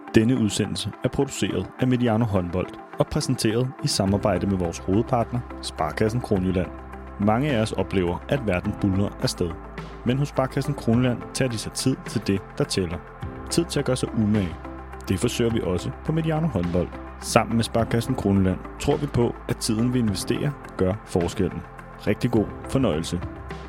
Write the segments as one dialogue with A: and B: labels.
A: Denne udsendelse er produceret af Mediano Håndbold og præsenteret i samarbejde med vores hovedpartner, Sparekassen Kronjylland. Mange af os oplever, at verden buldrer afsted. Men hos Sparekassen Kronjylland tager de sig tid til det, der tæller. Tid til at gøre sig umage. Det forsøger vi også på Mediano Håndbold. Sammen med Sparekassen Kronjylland tror vi på, at tiden vi investerer gør forskellen. Rigtig god fornøjelse.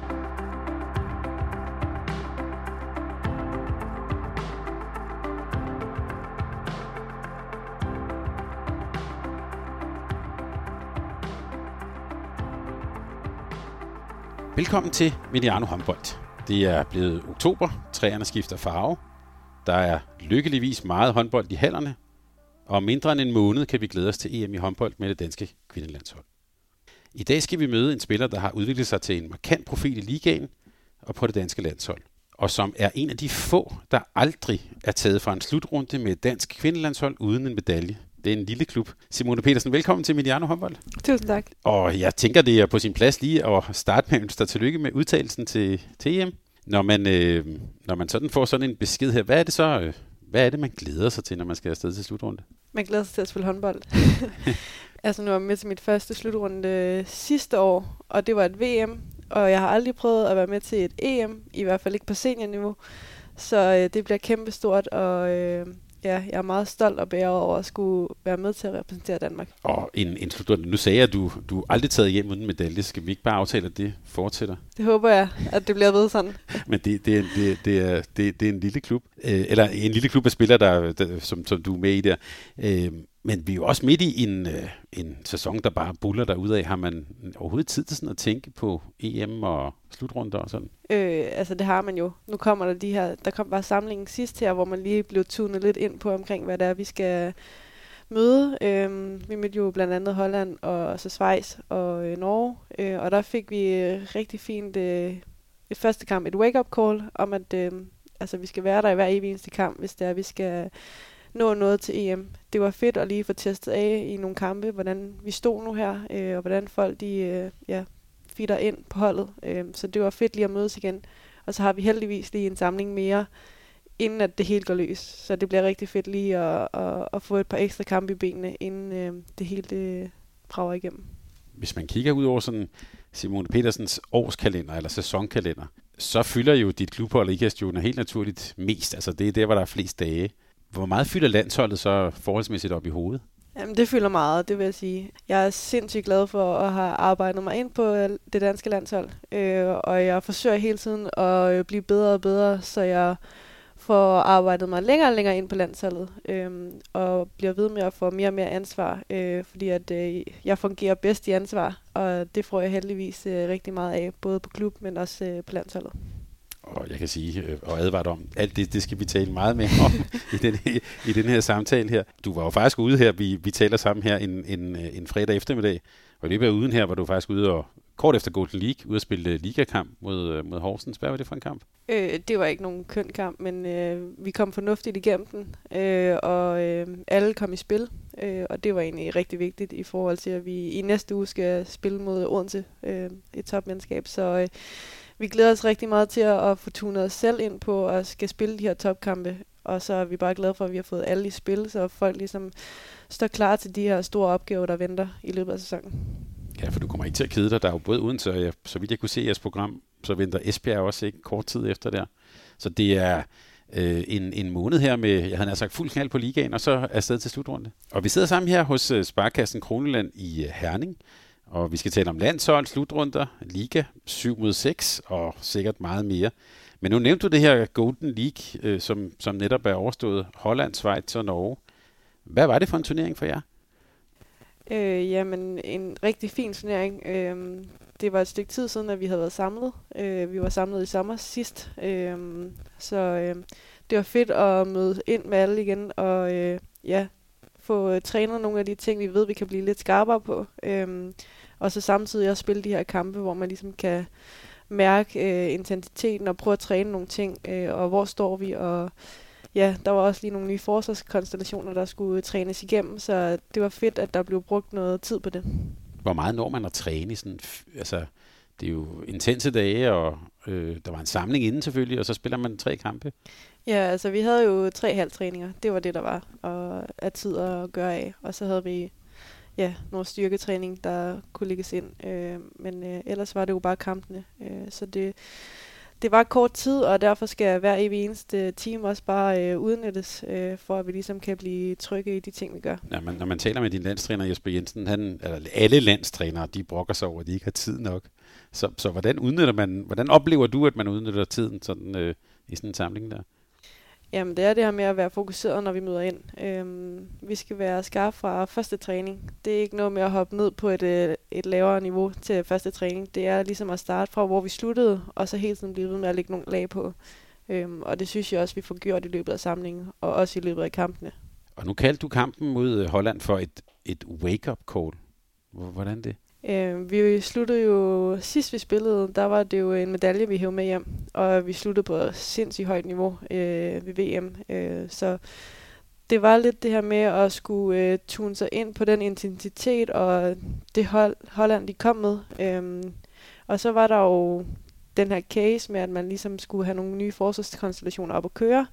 B: Velkommen til Mediano Håndbold. Det er blevet oktober, træerne skifter farve. Der er lykkeligvis meget håndbold i hallerne, og om mindre end en måned kan vi glæde os til EM i håndbold med det danske kvindelandshold. I dag skal vi møde en spiller, der har udviklet sig til en markant profil i ligaen og på det danske landshold, og som er en af de få, der aldrig er taget fra en slutrunde med et dansk kvindelandshold uden en medalje. Det er en lille klub. Simone Petersen, velkommen til Mediano Håndbold.
C: Tusind tak.
B: Og jeg tænker, det er på sin plads lige at starte med at ønske dig tillykke med udtalelsen til EM. Når man sådan får sådan en besked her, hvad er det, man glæder sig til, når man skal afsted til slutrunde?
C: Man glæder sig til at spille håndbold. Altså nu er jeg med til mit første slutrunde sidste år, og det var et VM, og jeg har aldrig prøvet at være med til et EM, i hvert fald ikke på seniorniveau. Så det bliver kæmpestort, og jeg er meget stolt og bæret over at skulle være med til at repræsentere Danmark. Og
B: en slutrunde. Nu sagde jeg, at du er aldrig taget hjem uden medalje. Skal vi ikke bare aftale, at det fortsætter?
C: Det håber jeg, at det bliver ved sådan.
B: Men det er en lille klub. Eller en lille klub af spillere, som du er med i der. Men vi er jo også midt i en sæson, der bare buller derudad. Har man overhovedet tid til sådan at tænke på EM og slutrunder og sådan?
C: Altså det har man jo. Nu kommer der kom bare samlingen sidst her, hvor man lige blev tunet lidt ind på omkring, hvad det er, vi skal møde. Vi mødte jo blandt andet Holland og så Schweiz og Norge, og der fik vi rigtig fint et første kamp, et wake-up call om, at vi skal være der i hver evig eneste kamp, hvis det er, vi skal nå noget til EM. Det var fedt at lige få testet af i nogle kampe, hvordan vi stod nu her, og hvordan folk fitter ind på holdet. Så det var fedt lige at mødes igen. Og så har vi heldigvis lige en samling mere, inden at det helt går løs. Så det bliver rigtig fedt lige at få et par ekstra kampe i benene, inden det hele brager igennem.
B: Hvis man kigger ud over sådan Simone Petersens årskalender eller sæsonkalender, så fylder jo dit klubhold i IKAST helt naturligt mest. Altså det er der, hvor der er flest dage. Hvor meget fylder landsholdet så forholdsmæssigt op i hovedet?
C: Jamen, det fylder meget, det vil jeg sige. Jeg er sindssygt glad for at have arbejdet mig ind på det danske landshold, og jeg forsøger hele tiden at blive bedre og bedre, så jeg får arbejdet mig længere og længere ind på landsholdet, og bliver ved med at få mere og mere ansvar, fordi at jeg fungerer bedst i ansvar, og det får jeg heldigvis rigtig meget af, både på klub, men også på landsholdet.
B: Og jeg kan sige og advare dig om, alt det skal vi tale meget mere om i den her samtale her. Du var jo faktisk ude her, vi taler sammen her en fredag eftermiddag, og i løbet af ugen her var du faktisk ude og kort efter Golden League, ude at spille ligakamp mod Horsens. Hvad var det for en kamp?
C: Det var ikke nogen køn kamp, men vi kom fornuftigt igennem den, og alle kom i spil, og det var egentlig rigtig vigtigt i forhold til, at vi i næste uge skal spille mod Odense, et topmandskab, så vi glæder os rigtig meget til at få tunet os selv ind på at skal spille de her topkampe, og så er vi bare glade for, at vi har fået alle i spil, så folk ligesom står klar til de her store opgaver, der venter i løbet af sæsonen.
B: Ja, for du kommer ikke til at kede dig. Der er jo både uden, så vidt jeg kunne se i jeres program, så venter Esbjerg også ikke kort tid efter der. Så det er en måned her med, jeg havde nær sagt, fuld knald på ligaen, og så afsted til slutrunde. Og vi sidder sammen her hos Sparekassen Kronjylland i Herning, og vi skal tale om landshold, slutrunder, liga, 7-6 og sikkert meget mere. Men nu nævnte du det her Golden League, som netop er overstået Holland, Schweiz og Norge. Hvad var det for en turnering for jer?
C: Jamen, en rigtig fin turnering. Det var et stykke tid siden, at vi havde været samlet. Vi var samlet i sommer sidst. Så det var fedt at møde ind med alle igen, og få trænet nogle af de ting, vi ved, vi kan blive lidt skarpere på. Og så samtidig også spille de her kampe, hvor man ligesom kan mærke intensiteten og prøve at træne nogle ting, og hvor står vi, og ja, der var også lige nogle nye forsvarskonstellationer, der skulle trænes igennem, så det var fedt, at der blev brugt noget tid på det.
B: Hvor meget når man at træne i sådan, altså det er jo intense dage, og Der var en samling inden selvfølgelig, og så spiller man 3 kampe.
C: Ja, altså vi havde jo 3 halvtræninger. Det var det, der var, og af tid at gøre af. Og så havde vi noget styrketræning, der kunne lægges ind. Men ellers var det jo bare kampene. Så det var kort tid, og derfor skal hver evig eneste team også bare udnyttes, for at vi ligesom kan blive trygge i de ting, vi gør.
B: Ja, når man taler med din landstræner Jesper Jensen, alle landstrænere, de brokker sig over, at de ikke har tid nok. Så hvordan oplever du, at man udnytter tiden sådan, i sådan en samling der?
C: Jamen, det er det her med at være fokuseret, når vi møder ind. Vi skal være skarpe fra første træning. Det er ikke noget med at hoppe ned på et lavere niveau til første træning. Det er ligesom at starte fra, hvor vi sluttede, og så hele tiden blive ved med at lægge nogle lag på. Og det synes jeg også, vi får gjort i løbet af samlingen, og også i løbet af kampene. Og
B: nu kaldte du kampen mod Holland for et wake-up call. Hvordan det?
C: Vi sluttede jo, sidst vi spillede, der var det jo en medalje, vi hævde med hjem, og vi sluttede på et sindssygt højt niveau ved VM. Så det var lidt det her med at skulle tune sig ind på den intensitet og det Holland, de kom med. Og så var der jo den her case med, at man ligesom skulle have nogle nye forsvarskonstellationer op at køre.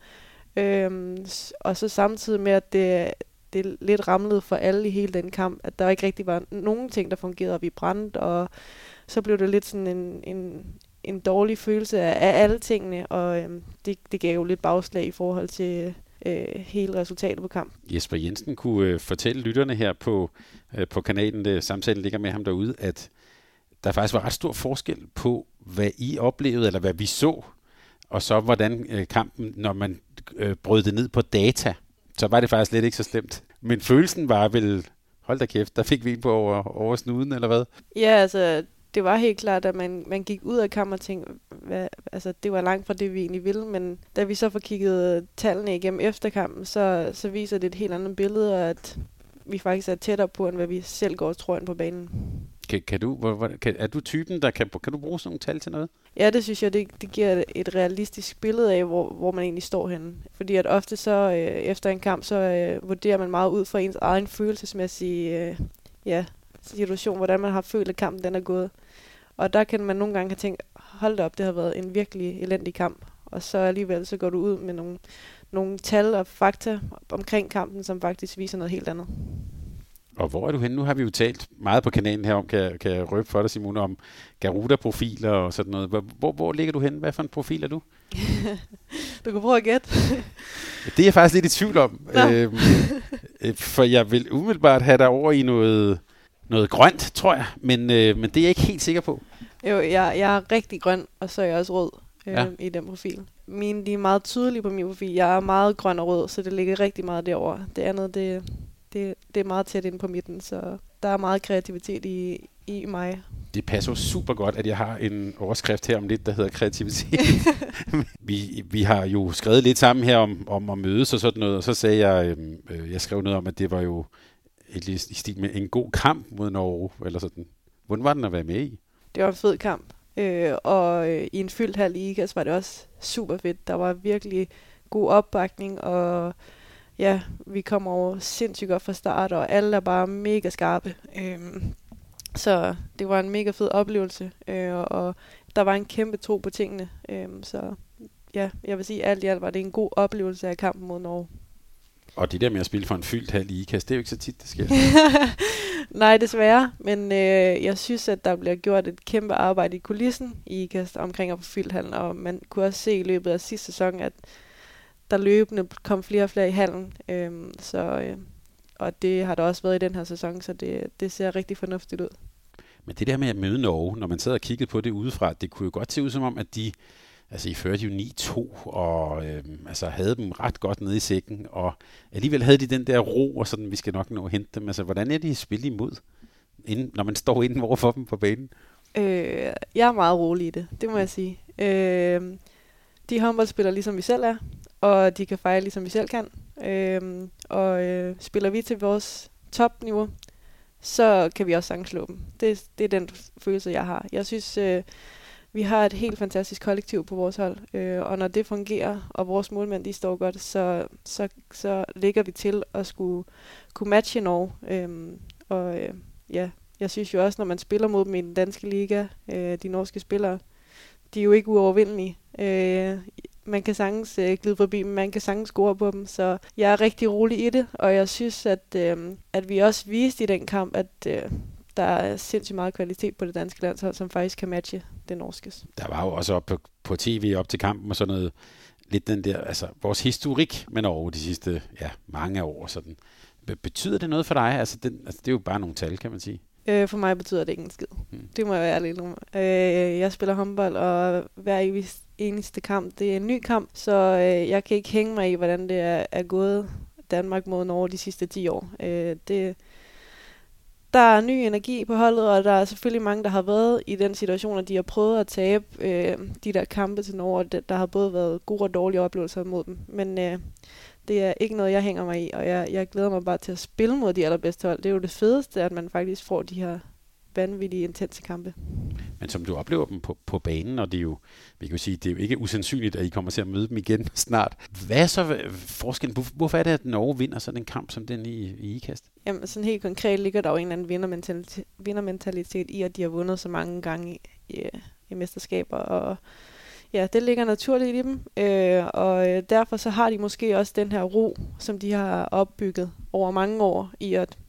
C: Og så samtidig med, at det lidt ramlede for alle i hele den kamp, at der ikke rigtig var nogen ting, der fungerede, og vi brændte, og så blev det lidt sådan en dårlig følelse af alle tingene, og det gav jo lidt bagslag i forhold til hele resultatet på kamp.
B: Jesper Jensen kunne fortælle lytterne her på kanalen, samtalen ligger med ham derude, at der faktisk var ret stor forskel på, hvad I oplevede, eller hvad vi så, og så hvordan kampen, når man brød det ned på data, så var det faktisk lidt ikke så slemt. Men følelsen var vel, hold da kæft, der fik vi en på over snuden, eller hvad?
C: Ja, altså, det var helt klart, at man gik ud af kampen og tænkte, det var langt fra det, vi egentlig ville, men da vi så får kigget tallene igennem efter kampen, så viser det et helt andet billede, og at vi faktisk er tættere på, end hvad vi selv går og tror ind på banen.
B: Er du typen, der kan du bruge sådan nogle tal til noget?
C: Ja, det synes jeg, det giver et realistisk billede af, hvor man egentlig står henne. Fordi at ofte så efter en kamp, så vurderer man meget ud fra ens egen følelsesmæssige situation, hvordan man har følt, at kampen den er gået. Og der kan man nogle gange have tænkt, hold da op, det har været en virkelig elendig kamp. Og så alligevel så går du ud med nogle tal og fakta omkring kampen, som faktisk viser noget helt andet.
B: Og hvor er du henne? Nu har vi jo talt meget på kanalen her om, kan jeg røbe for dig, Simone, om Garuda-profiler og sådan noget. Hvor ligger du henne? Hvad for en profil er du?
C: Du kan prøve at gætte.
B: Det er jeg faktisk lidt i tvivl om. For jeg vil umiddelbart have dig over i noget grønt, tror jeg. Men det er jeg ikke helt sikker på.
C: Jo, jeg er rigtig grøn, og så er jeg også rød i den profil. De er meget tydelige på min profil. Jeg er meget grøn og rød, så det ligger rigtig meget derovre. Det andet, det er meget tæt inde på midten, så der er meget kreativitet i mig.
B: Det passer jo super godt, at jeg har en overskrift her om lidt, der hedder kreativitet. vi har jo skrevet lidt sammen her om at mødes og sådan noget, og så sagde jeg skrev noget om, at det var jo i stil med en god kamp mod Norge, eller sådan. Hvordan var den at være med i?
C: Det var en fed kamp, og i en fyldt hal i IKAST var det også super fedt. Der var virkelig god opbakning, og ja, vi kom over sindssygt godt fra start, og alle er bare mega skarpe. Så det var en mega fed oplevelse, og der var en kæmpe tro på tingene. Så ja, jeg vil sige, alt i alt var det en god oplevelse af kampen mod Norge.
B: Og det der med at spille for en fyldt hal i IKAST, det er jo ikke så tit, det sker.
C: Nej, desværre. Men jeg synes, at der bliver gjort et kæmpe arbejde i kulissen i IKAST omkring at få fyldt hallen, og man kunne også se i løbet af sidste sæson, at der løbende kom flere og flere i hallen. Og det har der også været i den her sæson, så det ser rigtig fornuftigt ud.
B: Men det der med at møde Norge, når man sad og kiggede på det udefra, det kunne jo godt se ud som om, at I førte jo 9-2, og havde dem ret godt nede i sækken, og alligevel havde de den der ro, og sådan, vi skal nok nå at hente dem. Altså, hvordan er de spille imod, når man står inden overfor dem på banen?
C: Jeg er meget rolig i det må jeg sige. De håndboldspillere, ligesom vi selv er, og de kan fejle, ligesom vi selv kan. Spiller vi til vores topniveau, så kan vi også sagtens slå dem. Det er den følelse, jeg har. Jeg synes, vi har et helt fantastisk kollektiv på vores hold, og når det fungerer, og vores målmænd de står godt, så ligger vi til at kunne matche Norge. Jeg synes jo også, når man spiller mod dem i den danske liga, de norske spillere, de er jo ikke uovervindelige. Man kan sagtens glide forbi, men man kan sagtens score på dem, så jeg er rigtig rolig i det, og jeg synes, at vi også viste i den kamp, at der er sindssygt meget kvalitet på det danske landshold, som faktisk kan matche det norske.
B: Der var jo også på tv op til kampen og sådan noget, lidt den der, altså vores historik med Norge de sidste mange år. Sådan. Betyder det noget for dig? Altså, det er jo bare nogle tal, kan man sige.
C: For mig betyder det ikke en skid. Det må jeg være ærlig nu. Jeg spiller håndbold, og hver eneste kamp, det er en ny kamp, så jeg kan ikke hænge mig i, hvordan det er gået Danmark mod Norge de sidste 10 år. Der er ny energi på holdet, og der er selvfølgelig mange, der har været i den situation, at de har prøvet at tabe de der kampe til Norge. Der har både været gode og dårlige oplevelser mod dem. Men det er ikke noget, jeg hænger mig i, og jeg glæder mig bare til at spille mod de allerbedste hold. Det er jo det fedeste, at man faktisk får de her vanvittige, intense kampe.
B: Men som du oplever dem på banen, og det er jo, vi kan sige, det er jo ikke usandsynligt, at I kommer til at møde dem igen snart. Hvad er så forskellen? Hvorfor er det, at Norge vinder sådan en kamp som den i IKAST?
C: Jamen, sådan helt konkret ligger der jo en eller anden vindermentalitet i, at de har vundet så mange gange i mesterskaber, og ja, det ligger naturligt i dem, og derfor så har de måske også den her ro, som de har opbygget over mange år, i at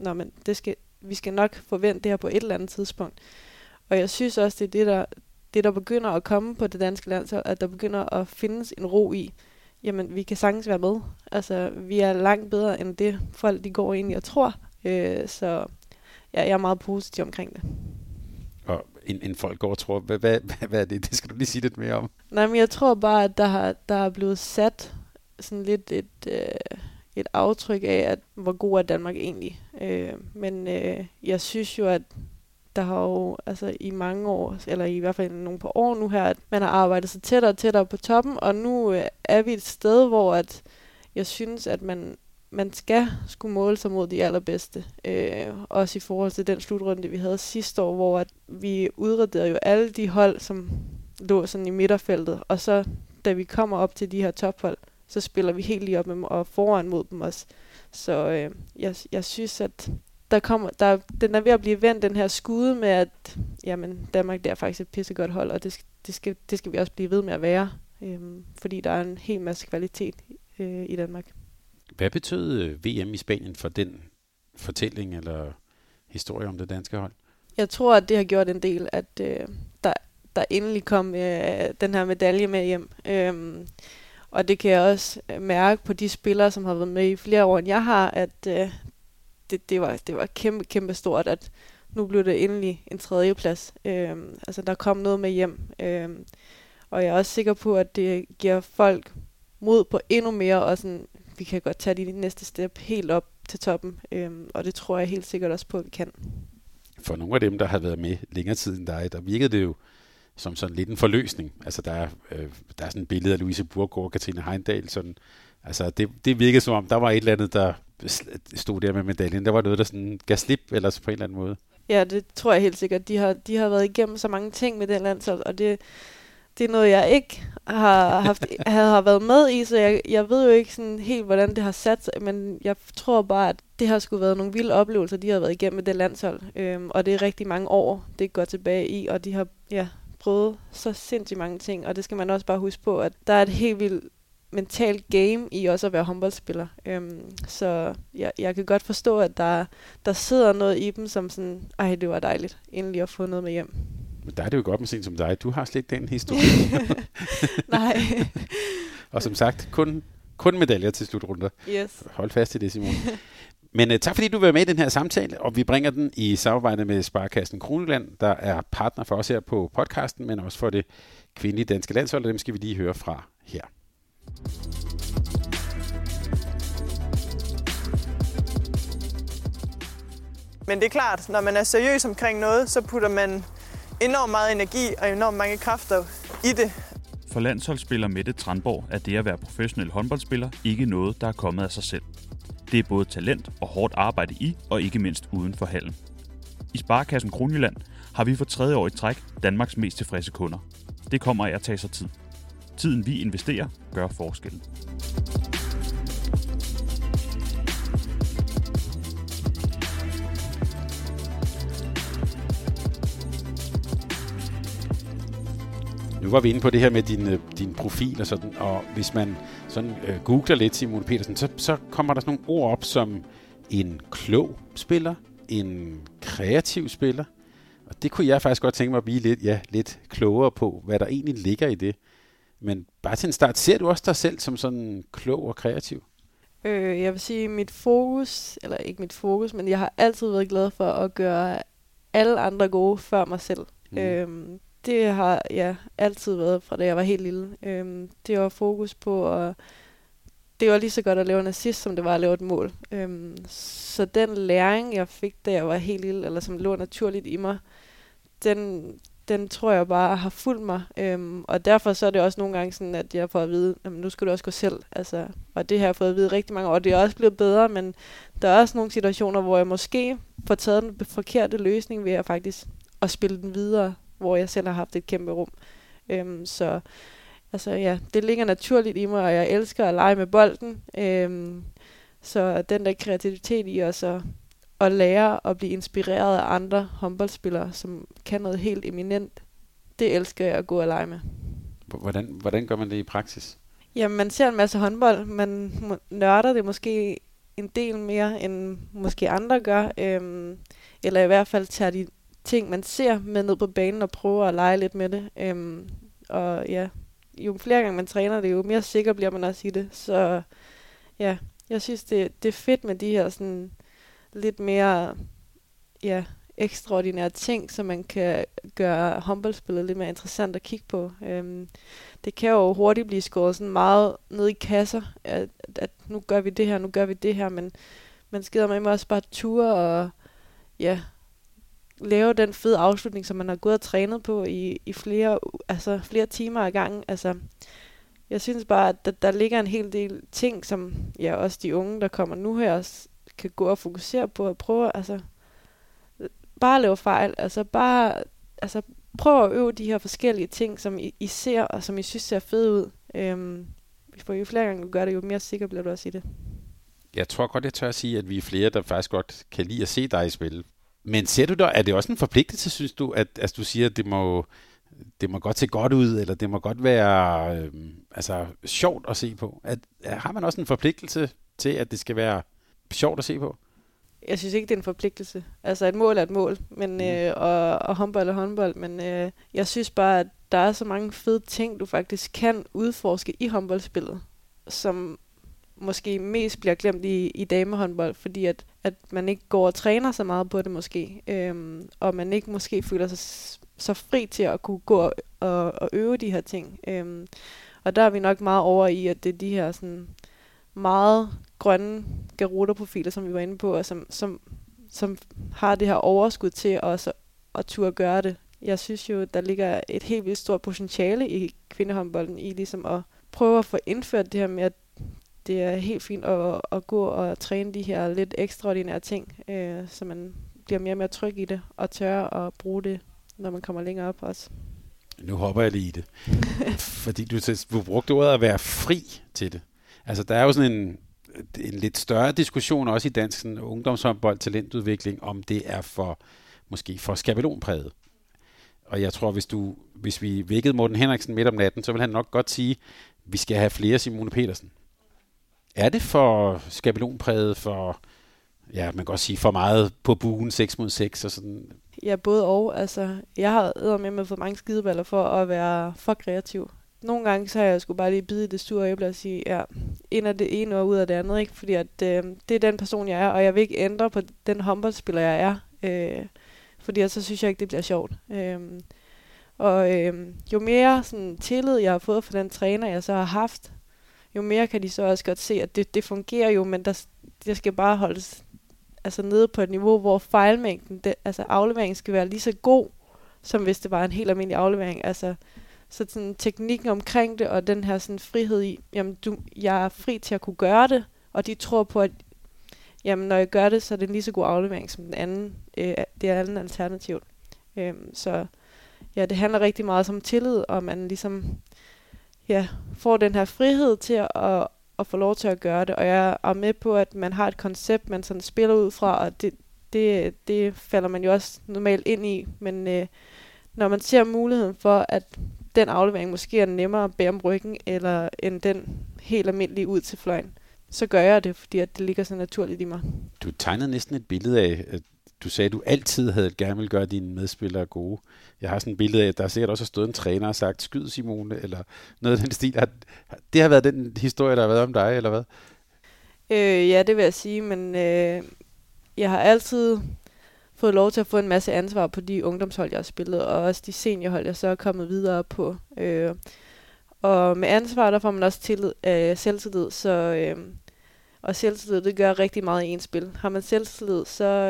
C: vi skal nok forvente det her på et eller andet tidspunkt. Og jeg synes også, det er det, der begynder at komme på det danske landshold, at der begynder at findes en ro i, jamen, vi kan sagtens være med. Altså, vi er langt bedre end det, folk de går ind i og tror. Så ja, jeg er meget positiv omkring det.
B: Og en folk går og tror, hvad er det? Det skal du lige sige lidt mere om.
C: Nej, men jeg tror bare, at der er blevet sat sådan lidt et aftryk af, at hvor god er Danmark egentlig. Men jeg synes jo, at der har jo altså i mange år, eller i hvert fald nogle par år nu her, at man har arbejdet sig tættere og tættere på toppen, og nu er vi et sted, hvor at jeg synes, at man skal skulle måle sig mod de allerbedste. Også i forhold til den slutrunde, vi havde sidste år, hvor at vi udraderede jo alle de hold, som lå sådan i midterfeltet, og så da vi kommer op til de her tophold, så spiller vi helt lige op med dem og foran mod dem også. Så jeg synes, at den er ved at blive vendt, den her skude med, at jamen, Danmark det er faktisk et pissegodt hold, og det skal vi også blive ved med at være, fordi der er en hel masse kvalitet i Danmark.
B: Hvad betød VM i Spanien for den fortælling eller historie om det danske hold?
C: Jeg tror, at det har gjort en del, at der endelig kom den her medalje med hjem. Og det kan jeg også mærke på de spillere, som har været med i flere år, end jeg har, at det var kæmpe, kæmpe stort, at nu blev det endelig en tredjeplads. Altså, der kom noget med hjem. Og jeg er også sikker på, at det giver folk mod på endnu mere, og sådan, vi kan godt tage de næste step helt op til toppen. Og det tror jeg helt sikkert også på, at vi kan.
B: For nogle af dem, der har været med længere tid end dig, der virkede det jo som sådan lidt en forløsning. Altså, der er sådan et billede af Louise Burgård og Katrine Heindal. Sådan, altså, det virkede som om, der var et eller andet, der stod der med medaljen. Der var noget, der sådan gav slip, eller på en eller anden måde. Ja,
C: det tror jeg helt sikkert. De har været igennem så mange ting med den landshold, og det er noget, jeg ikke har været med i, så jeg ved jo ikke sådan helt, hvordan det har sat sig, men jeg tror bare, at det har sgu været nogle vilde oplevelser, de har været igennem med det landshold, og det er rigtig mange år, det går tilbage i, og de har prøvet så sindssygt mange ting, og det skal man også bare huske på, at der er et helt vildt mentalt game i også at være håndboldspiller. Så jeg kan godt forstå, at der sidder noget i dem, som sådan, det var dejligt, endelig at få noget med hjem.
B: Men der er det jo godt med sådan som dig. Du har slet den historie.
C: Nej.
B: Og som sagt, kun medaljer til slutrunder.
C: Yes.
B: Hold fast i det, Simon. Men tak fordi du var med i den her samtale, og vi bringer den i samarbejde med Sparkassen Kronjylland, der er partner for os her på podcasten, men også for det kvindelige danske landshold, og dem skal vi lige høre fra her.
D: Men det er klart, når man er seriøs omkring noget, så putter man enormt meget energi og enormt mange kræfter i det.
A: For landsholdsspiller Mette Tranborg er det at være professionel håndboldspiller ikke noget, der er kommet af sig selv. Det er både talent og hårdt arbejde i, og ikke mindst uden for hallen. I Sparkassen Kronjylland har vi for 3. år i træk Danmarks mest tilfredse kunder. Det kommer af at tage sig tid. Tiden vi investerer gør forskellen.
B: Nu Nu var vi inde på det her med din profil og sådan, og hvis man sådan googler lidt Simone Petersen, så kommer der sådan nogle ord op som en klog spiller, en kreativ spiller, og det kunne jeg faktisk godt tænke mig at blive lidt klogere på, hvad der egentlig ligger i det. Men bare til en start, ser du også dig selv som sådan klog og kreativ?
C: Jeg vil sige, mit fokus, eller ikke mit fokus, men jeg har altid været glad for at gøre alle andre gode før mig selv. Det har jeg altid været, fra da jeg var helt lille. Det var fokus på, og det var lige så godt at lave en assist, som det var at lave et mål. Så den læring, jeg fik, da jeg var helt lille, eller som lå naturligt i mig, den tror jeg bare har fulgt mig. Og derfor så er det også nogle gange sådan, at jeg får at vide, nu skal du også gå selv. Altså, og det har jeg fået at vide rigtig mange år, og det er også blevet bedre, men der er også nogle situationer, hvor jeg måske får taget den forkerte løsning ved at faktisk at spille den videre, hvor jeg selv har haft et kæmpe rum. Så altså, ja, det ligger naturligt i mig, og jeg elsker at lege med bolden. Så den der kreativitet i også at lære at blive inspireret af andre håndboldspillere, som kan noget helt eminent, det elsker jeg at gå og lege med.
B: Hvordan gør man det i praksis?
C: Jamen, man ser en masse håndbold. Man nørder det måske en del mere, end måske andre gør. Eller i hvert fald tager de ting, man ser med ned på banen og prøver at lege lidt med det. Og ja, jo flere gange man træner det, jo mere sikker bliver man også i det. Så ja, jeg synes, det er fedt med de her sådan lidt mere ekstraordinære ting, så man kan gøre håndboldspillet lidt mere interessant at kigge på. Det kan jo hurtigt blive skåret sådan meget ned i kasser, at nu gør vi det her, men man skider med mig også bare ture og lave den fede afslutning, som man har gået og trænet på i flere timer ad gangen. Altså, jeg synes bare, at der ligger en hel del ting, som også de unge, der kommer nu her, også kan gå og fokusere på at prøve, bare at lave fejl. Prøv at øve de her forskellige ting, som I ser, og som I synes ser fede ud. For jo flere gange du gør det, jo mere sikker bliver du også i det.
B: Jeg tror godt, jeg tør at sige, at vi er flere, der faktisk godt kan lide at se dig i spil. Men ser du der, er det også en forpligtelse, synes du, at du siger, at det må godt se godt ud, eller det må godt være sjovt at se på? Har man også en forpligtelse til, at det skal være sjovt at se på?
C: Jeg synes ikke, det er en forpligtelse. Altså, et mål er et mål, men, og håndbold er håndbold, men jeg synes bare, at der er så mange fede ting, du faktisk kan udforske i håndboldspillet, som måske mest bliver glemt i damehåndbold, fordi at man ikke går og træner så meget på det måske, og man ikke måske føler sig så fri til at kunne gå og øve de her ting. Og der er vi nok meget over i, at det er de her sådan meget grønne garuda-profiler, som vi var inde på, og som har det her overskud til også at turde gøre det. Jeg synes jo, der ligger et helt vildt stort potentiale i kvindehåndbolden i ligesom at prøve at få indført det her med, at det er helt fint at gå og træne de her lidt ekstraordinære ting, så man bliver mere og mere tryg i det, og tør at bruge det, når man kommer længere op også.
B: Nu hopper jeg lige i det. Fordi du brugte ordet at være fri til det. Altså, der er jo sådan en lidt større diskussion også i dansk ungdomshåndbold, talentudvikling, om det er måske for skabelonpræget. Og jeg tror, hvis vi vækkede Morten Henriksen midt om natten, så vil han nok godt sige, at vi skal have flere Simone Petersen. Er det for skabelonpræget, for, man kan godt sige, for meget på buen 6 mod 6 og sådan?
C: Ja, både og. Altså, jeg har eddermame for mange skideballer for at være for kreativ. Nogle gange så har jeg sgu bare lige bide i det sure æble og sige, ind af det ene og ud af det andet, ikke? Fordi at det er den person, jeg er, og jeg vil ikke ændre på den håndboldspiller, jeg er. Fordi så synes jeg ikke, det bliver sjovt. Jo mere sådan, tillid, jeg har fået fra den træner, jeg så har haft, jo mere kan de så også godt se, at det fungerer jo, men det skal bare holdes nede på et niveau, hvor fejlmængden, afleveringen skal være lige så god, som hvis det var en helt almindelig aflevering. Så sådan teknikken omkring det, og den her sådan frihed i, jamen jeg er fri til at kunne gøre det, og de tror på, at jamen, når jeg gør det, så er det en lige så god aflevering som den anden. Det er anden alternativ. Så ja, det handler rigtig meget om tillid, og man ligesom får den her frihed til at få lov til at gøre det. Og jeg er med på, at man har et koncept, man sådan spiller ud fra, og det falder man jo også normalt ind i. Men når man ser muligheden for, at den aflevering måske er nemmere at bære om ryggen, eller end den helt almindelige ud til fløjen, så gør jeg det, fordi at det ligger så naturligt i mig.
B: Du tegnede næsten et billede af, at du sagde, at du altid havde gerne vil gøre dine medspillere gode. Jeg har sådan et billede af, at der sikkert også har stået en træner og sagt, skyd Simone, eller noget af den stil. Det har været den historie, der har været om dig, eller hvad?
C: Ja, det vil jeg sige, men jeg har altid fået lov til at få en masse ansvar på de ungdomshold, jeg har spillet, og også de seniorhold, jeg så er kommet videre på. Og med ansvar, der får man også selvtillid, og selvtillid, det gør rigtig meget i ens spil. Har man selvtillid,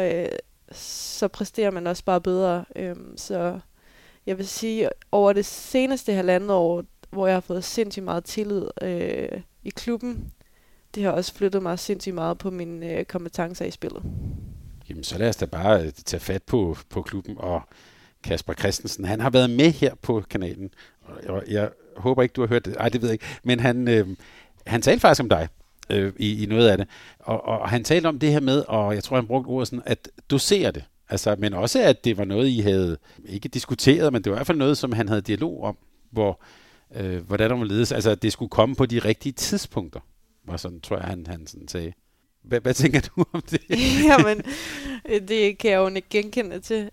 C: så præsterer man også bare bedre. Så jeg vil sige, over det seneste 1,5 år, hvor jeg har fået sindssygt meget tillid i klubben, det har også flyttet mig sindssygt meget på mine kompetencer i spillet.
B: Jamen, så lad os da bare tage fat på klubben, og Kasper Christensen, han har været med her på kanalen, og jeg håber ikke, du har hørt det. Ej, det ved jeg ikke. Men han talte faktisk om dig i noget af det, og han talte om det her med, og jeg tror, han brugte ordet sådan, at dosere det. Altså, men også, at det var noget, I havde ikke diskuteret, men det var i hvert fald noget, som han havde dialog om, hvordan der må ledes. Altså, at det skulle komme på de rigtige tidspunkter, var sådan, tror jeg, han sådan sagde. Hvad tænker du om det?
C: Jamen, det kan jeg jo ikke genkende til.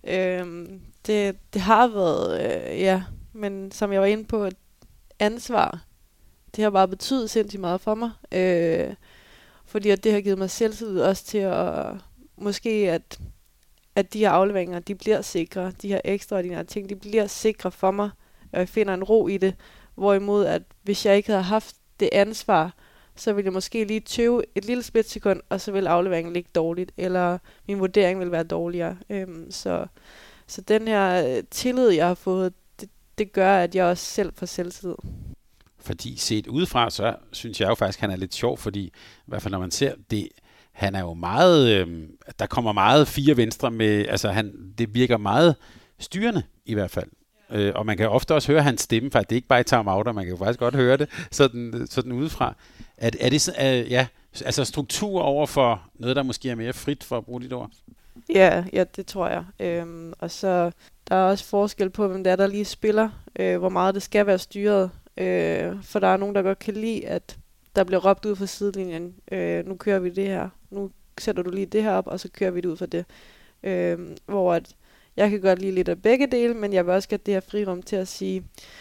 C: Det har været, ja, men som jeg var inde på, ansvar, det har bare betydet sindssygt meget for mig. Fordi at det har givet mig selvtillid også til at, måske at de her afleveringer, de bliver sikre, de her ekstraordinære ting, de bliver sikre for mig, og jeg finder en ro i det. Hvorimod, at hvis jeg ikke havde haft det ansvar, så ville jeg måske lige tøve et lille splitsekund, og så ville afleveringen ligge dårligt, eller min vurdering ville være dårligere. Så den her tillid, jeg har fået, det gør, at jeg også selv får selvtillid.
B: Fordi set udefra, så synes jeg jo faktisk, at han er lidt sjov, fordi i hvert fald når man ser det, han er jo meget, der kommer meget 4 venstre med, altså det virker meget styrende i hvert fald. Og man kan ofte også høre hans stemme, for det er ikke bare i time-out, man kan jo faktisk godt høre det sådan udefra. Er det ja, altså struktur over for noget, der måske er mere frit, for at bruge dit ord?
C: Ja, det tror jeg. Og så der er også forskel på, hvem det er, der lige spiller, hvor meget det skal være styret. For der er nogen, der godt kan lide, at der bliver råbt ud fra sidelinjen. Nu kører vi det her. Nu sætter du lige det her op, og så kører vi det ud fra det. Hvor at jeg kan godt lide lidt af begge dele, men jeg vil også get det her frirum til at sige,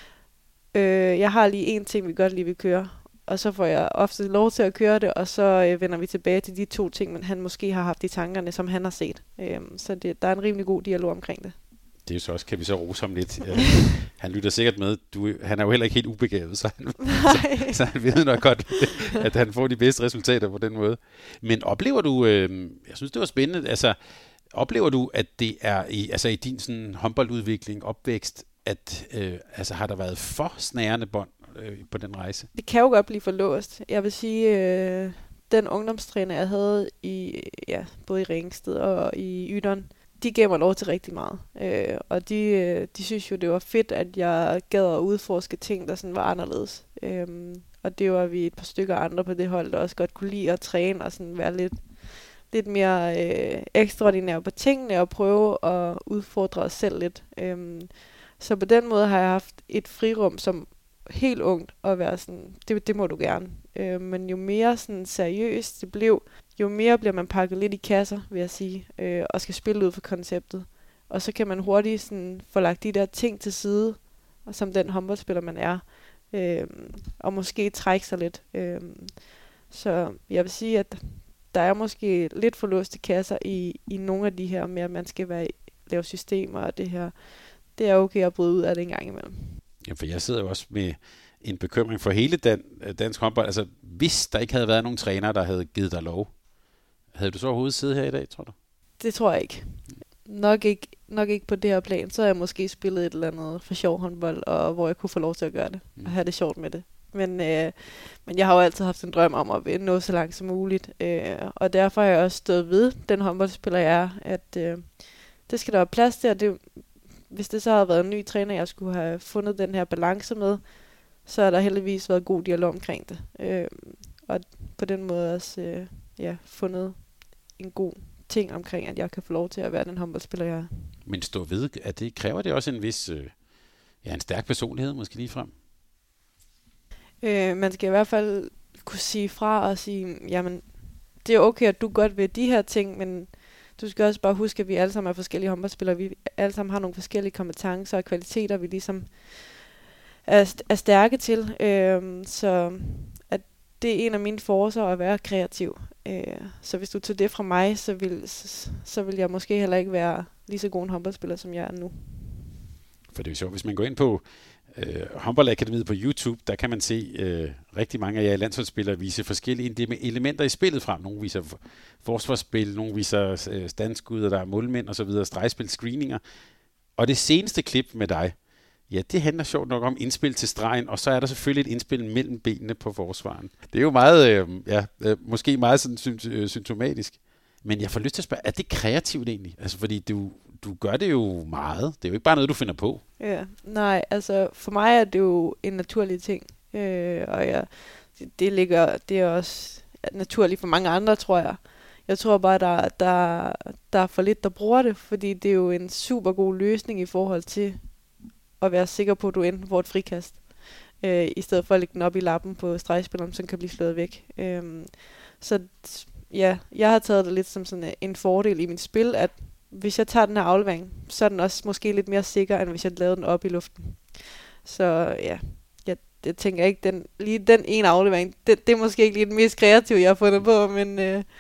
C: jeg har lige en ting, vi godt lige vil køre. Og så får jeg ofte lov til at køre det, og så vender vi tilbage til de 2 ting, men han måske har haft i tankerne, som han har set. Så der er en rimelig god dialog omkring det.
B: Det er jo så også, kan vi så rose ham lidt. Han lytter sikkert med. Han er jo heller ikke helt ubegavet, så han ved nok godt, at han får de bedste resultater på den måde. Men oplever du, jeg synes det var spændende, altså oplever du, at det er i din sådan håndboldudvikling, opvækst, at har der været for snærende bånd på den rejse? Det
C: kan jo godt blive for låst. Jeg vil sige, den ungdomstræner, jeg havde både i Ringsted og i Ydern, de gav mig lov til rigtig meget. Og de synes jo, det var fedt, at jeg gad at udforske ting, der sådan var anderledes. Og det var vi et par stykker andre på det hold, der også godt kunne lide at træne og sådan være lidt mere ekstraordinære på tingene og prøve at udfordre os selv lidt. Så på den måde har jeg haft et frirum som helt ungt at være sådan, det må du gerne. Men jo mere sådan seriøst det blev, jo mere bliver man pakket lidt i kasser, vil jeg sige, og skal spille ud for konceptet. Og så kan man hurtigt sådan få lagt de der ting til side, som den håndboldspiller man er, og måske trække sig lidt. Så jeg vil sige, at der er måske lidt for låste kasser i nogle af de her med, at man skal lave systemer og det her. Det er okay at bryde ud af det en gang imellem.
B: Ja, for jeg sidder jo også med en bekymring for hele dansk håndbold. Altså, hvis der ikke havde været nogen træner, der havde givet dig lov, havde du så overhovedet siddet her i dag, tror du?
C: Det tror jeg ikke. Nok ikke på det her plan. Så har jeg måske spillet et eller andet for sjov håndbold, og hvor jeg kunne få lov til at gøre det, og have det sjovt med det. Men jeg har jo altid haft en drøm om at nå så langt som muligt, og derfor har jeg også stået ved den håndboldspiller, jeg er, at det skal der være plads til, og hvis det så havde været en ny træner, jeg skulle have fundet den her balance med, så har der heldigvis været god dialog omkring det. Og på den måde også fundet en god ting omkring, at jeg kan få lov til at være den håndboldspiller, jeg er.
B: Men stå ved, at kræver det også en stærk personlighed måske lige frem.
C: Man skal i hvert fald kunne sige fra og sige, jamen, det er okay, at du godt ved de her ting, men du skal også bare huske, at vi alle sammen er forskellige håndboldspillere. Vi alle sammen har nogle forskellige kompetencer og kvaliteter, vi ligesom er stærke til. Så at det er en af mine forcer at være kreativ. Så hvis du tager det fra mig, så vil jeg måske heller ikke være lige så god en håndboldspiller, som jeg er nu.
B: For det er jo sjovt, hvis man går ind på håndboldakademiet på YouTube, der kan man se rigtig mange af jer landsholdsspillere vise forskellige elementer i spillet frem. Nogle viser forsvarsspil, nogle viser standskud, og der er målmænd osv., stregspil, screeninger. Og det seneste klip med dig, ja, det handler sjovt nok om indspil til stregen, og så er der selvfølgelig et indspil mellem benene på forsvaren. Det er jo meget, måske meget sådan symptomatisk. Men jeg får lyst til at spørge, er det kreativt egentlig? Altså, fordi du gør det jo meget. Det er jo ikke bare noget, du finder på.
C: Ja, nej, altså for mig er det jo en naturlig ting. Og det er også naturligt for mange andre, tror jeg. Jeg tror bare, der er for lidt, der bruger det, fordi det er jo en super god løsning i forhold til at være sikker på, at du enten får et frikast, i stedet for at lægge den op i lappen på stregspilleren, som kan blive slået væk. Så ja, jeg har taget det lidt som sådan en fordel i mit spil, at hvis jeg tager den her aflevering, så er den også måske lidt mere sikker, end hvis jeg lavede den op i luften. Så ja, jeg tænker ikke, lige den ene aflevering, det er måske ikke lige den mest kreative, jeg har fundet på, men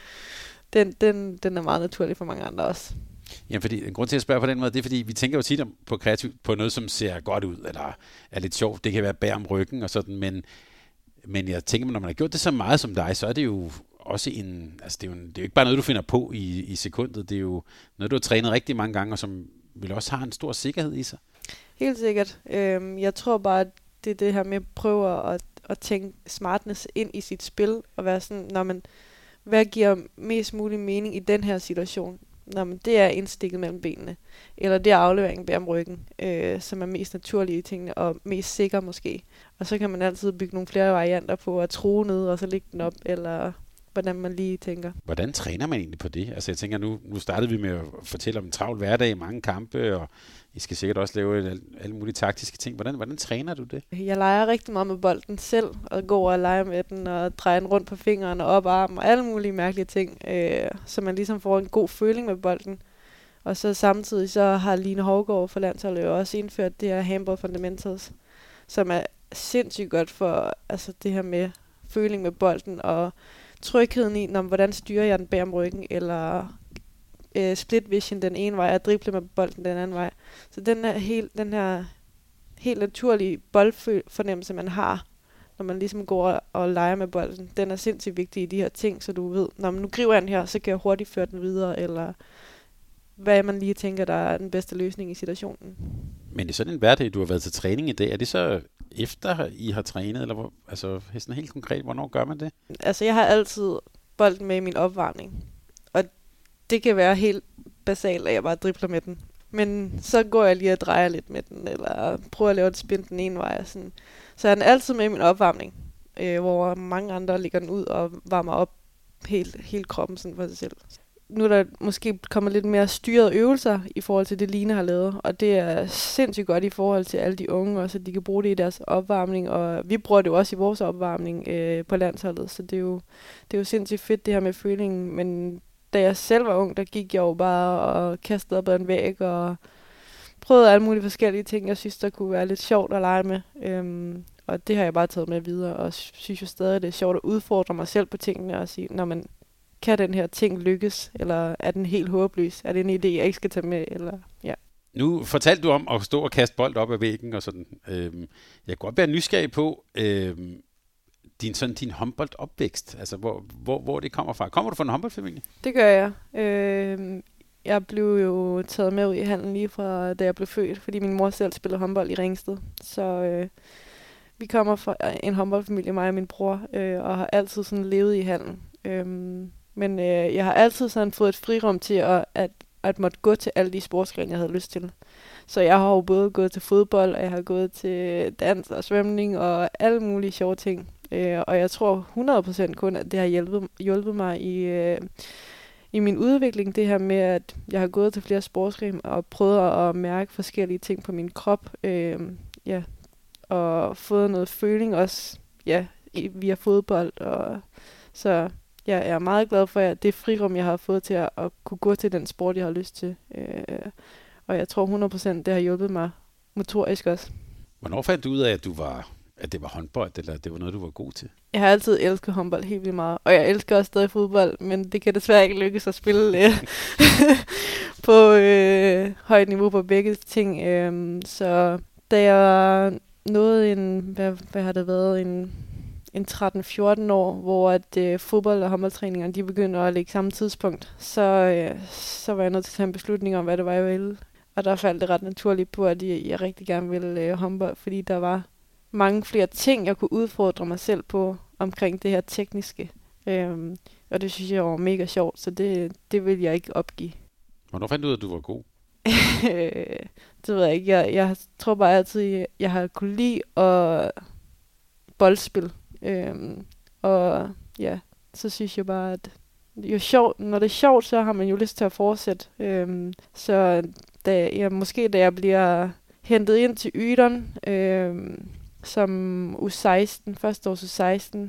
C: den er meget naturlig for mange andre også.
B: Jamen, fordi en grund til at spørge på den måde, det er fordi, vi tænker jo tit på kreativt på noget, som ser godt ud, eller er lidt sjovt. Det kan være bag om ryggen og sådan, men jeg tænker, når man har gjort det så meget som dig, så er det jo også det er jo ikke bare noget, du finder på i sekundet. Det er jo noget, du har trænet rigtig mange gange, og som vel også har en stor sikkerhed i sig.
C: Helt sikkert. Jeg tror bare, at det er det her med at prøve at tænke smartness ind i sit spil, og være sådan, hvad giver mest mulig mening i den her situation? Det er indstikket mellem benene, eller det er afleveringen bag om ryggen, som er mest naturlige tingene, og mest sikker måske. Og så kan man altid bygge nogle flere varianter på at true ned, og så lægge den op, eller hvordan man lige tænker.
B: Hvordan træner man egentlig på det? Altså jeg tænker, nu startede vi med at fortælle om en travl hverdag, mange kampe, og I skal sikkert også lave alle mulige taktiske ting. Hvordan træner du det?
C: Jeg leger rigtig meget med bolden selv, og går og leger med den, og drejer den rundt på fingrene og op armen, og alle mulige mærkelige ting, så man ligesom får en god føling med bolden. Og så samtidig så har Line Hovgaard for landsholdet jo også indført det her handball fundamentals, som er sindssygt godt for altså det her med føling med bolden, og trygheden i, hvordan styrer jeg den bag om ryggen, eller split vision den ene vej, og drible med bolden den anden vej. Så den her helt naturlige boldfornemmelse, man har, når man ligesom går og leger med bolden, den er sindssygt vigtig i de her ting, så du ved, når man nu griber den her, så kan jeg hurtigt føre den videre, eller hvad man lige tænker, der er den bedste løsning i situationen.
B: Men det er sådan en hverdag, du har været til træning i dag. Er det så efter I har trænet, eller altså sådan helt konkret, hvornår gør man det? Altså
C: jeg har altid bolden med i min opvarmning, og det kan være helt basalt, at jeg bare dribler med den. Men så går jeg lige og drejer lidt med den, eller prøver at lave et spin den ene vej. Sådan. Så er den altid med i min opvarmning, hvor mange andre ligger den ud og varmer op helt kroppen sådan for sig selv. Nu er der måske kommet lidt mere styrede øvelser i forhold til det, Line har lavet, og det er sindssygt godt i forhold til alle de unge, og så de kan bruge det i deres opvarmning, og vi bruger det jo også i vores opvarmning på landsholdet, så det er jo sindssygt fedt det her med følingen, men da jeg selv var ung, der gik jeg jo bare og kastede op ad en væg, og prøvede alle mulige forskellige ting, jeg synes, der kunne være lidt sjovt at lege med, og det har jeg bare taget med videre, og synes jo stadig, det er sjovt at udfordre mig selv på tingene, og sige, kan den her ting lykkes, eller er den helt håbløs? Er det en idé, jeg ikke skal tage med? Eller, ja.
B: Nu fortalte du om at stå og kaste bold op ad væggen og sådan. Jeg kan godt være nysgerrig på din håndboldopvækst. Altså, hvor det kommer fra. Kommer du fra en håndboldfamilie?
C: Det gør jeg. Jeg blev jo taget med ud i handlen lige fra, da jeg blev født, fordi min mor selv spillede håndbold i Ringsted. Så vi kommer fra en håndboldfamilie, mig og min bror, og har altid sådan levet i handlen. Men jeg har altid sådan fået et frirum til at måtte gå til alle de sportsgrene, jeg havde lyst til. Så jeg har jo både gået til fodbold, og jeg har gået til dans og svømning og alle mulige sjove ting. Og jeg tror 100% kun, at det har hjulpet mig i min udvikling. Det her med, at jeg har gået til flere sportsgrene og prøvet at mærke forskellige ting på min krop. og fået noget føling også, via fodbold. Og så jeg er meget glad for, at det frirum, jeg har fået til at kunne gå til den sport, jeg har lyst til. Og jeg tror 100%, det har hjulpet mig motorisk også.
B: Hvornår fandt du ud af, at det var håndbold, eller at det var noget, du var god til?
C: Jeg har altid elsket håndbold helt vildt meget, og jeg elsker også stadig fodbold, men det kan desværre ikke lykkes at spille på højt niveau på begge ting. Så da jeg nåede hvad har det været, en 13-14 år, hvor at fodbold- og håndboldtræningerne, de begyndte at ligge samme tidspunkt, så var jeg nødt til at tage en beslutning om, hvad det var, jeg ville. Og der faldt det ret naturligt på, at jeg rigtig gerne ville håndbold, fordi der var mange flere ting, jeg kunne udfordre mig selv på omkring det her tekniske. Og det synes jeg var mega sjovt, så det vil jeg ikke opgive.
B: Hvornår fandt du ud af, at du var god?
C: Det ved jeg ikke. Jeg tror bare altid, jeg har kunne lide at boldspil. Og ja, så synes jeg bare, at når det er sjovt, så har man jo lyst til at fortsætte. Så da jeg bliver hentet ind til Ydon, som U16, første års U16,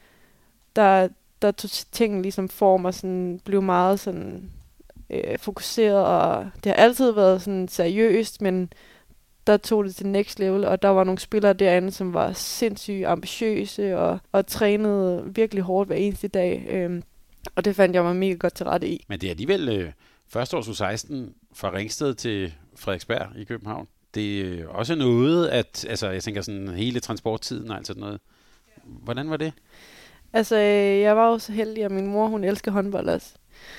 C: der tog tingene ligesom form og sådan, blev meget sådan, fokuseret, og det har altid været sådan seriøst, men der tog det til next level, og der var nogle spillere derinde, som var sindssygt ambitiøse og trænede virkelig hårdt hver eneste dag, og det fandt jeg mig mega godt til rette i.
B: Men det er alligevel første års U16 fra Ringsted til Frederiksberg i København. Det er også noget, at jeg tænker sådan hele transporttiden og alt sådan noget. Hvordan var det?
C: Altså, jeg var jo så heldig, at min mor, hun elsker håndbold også.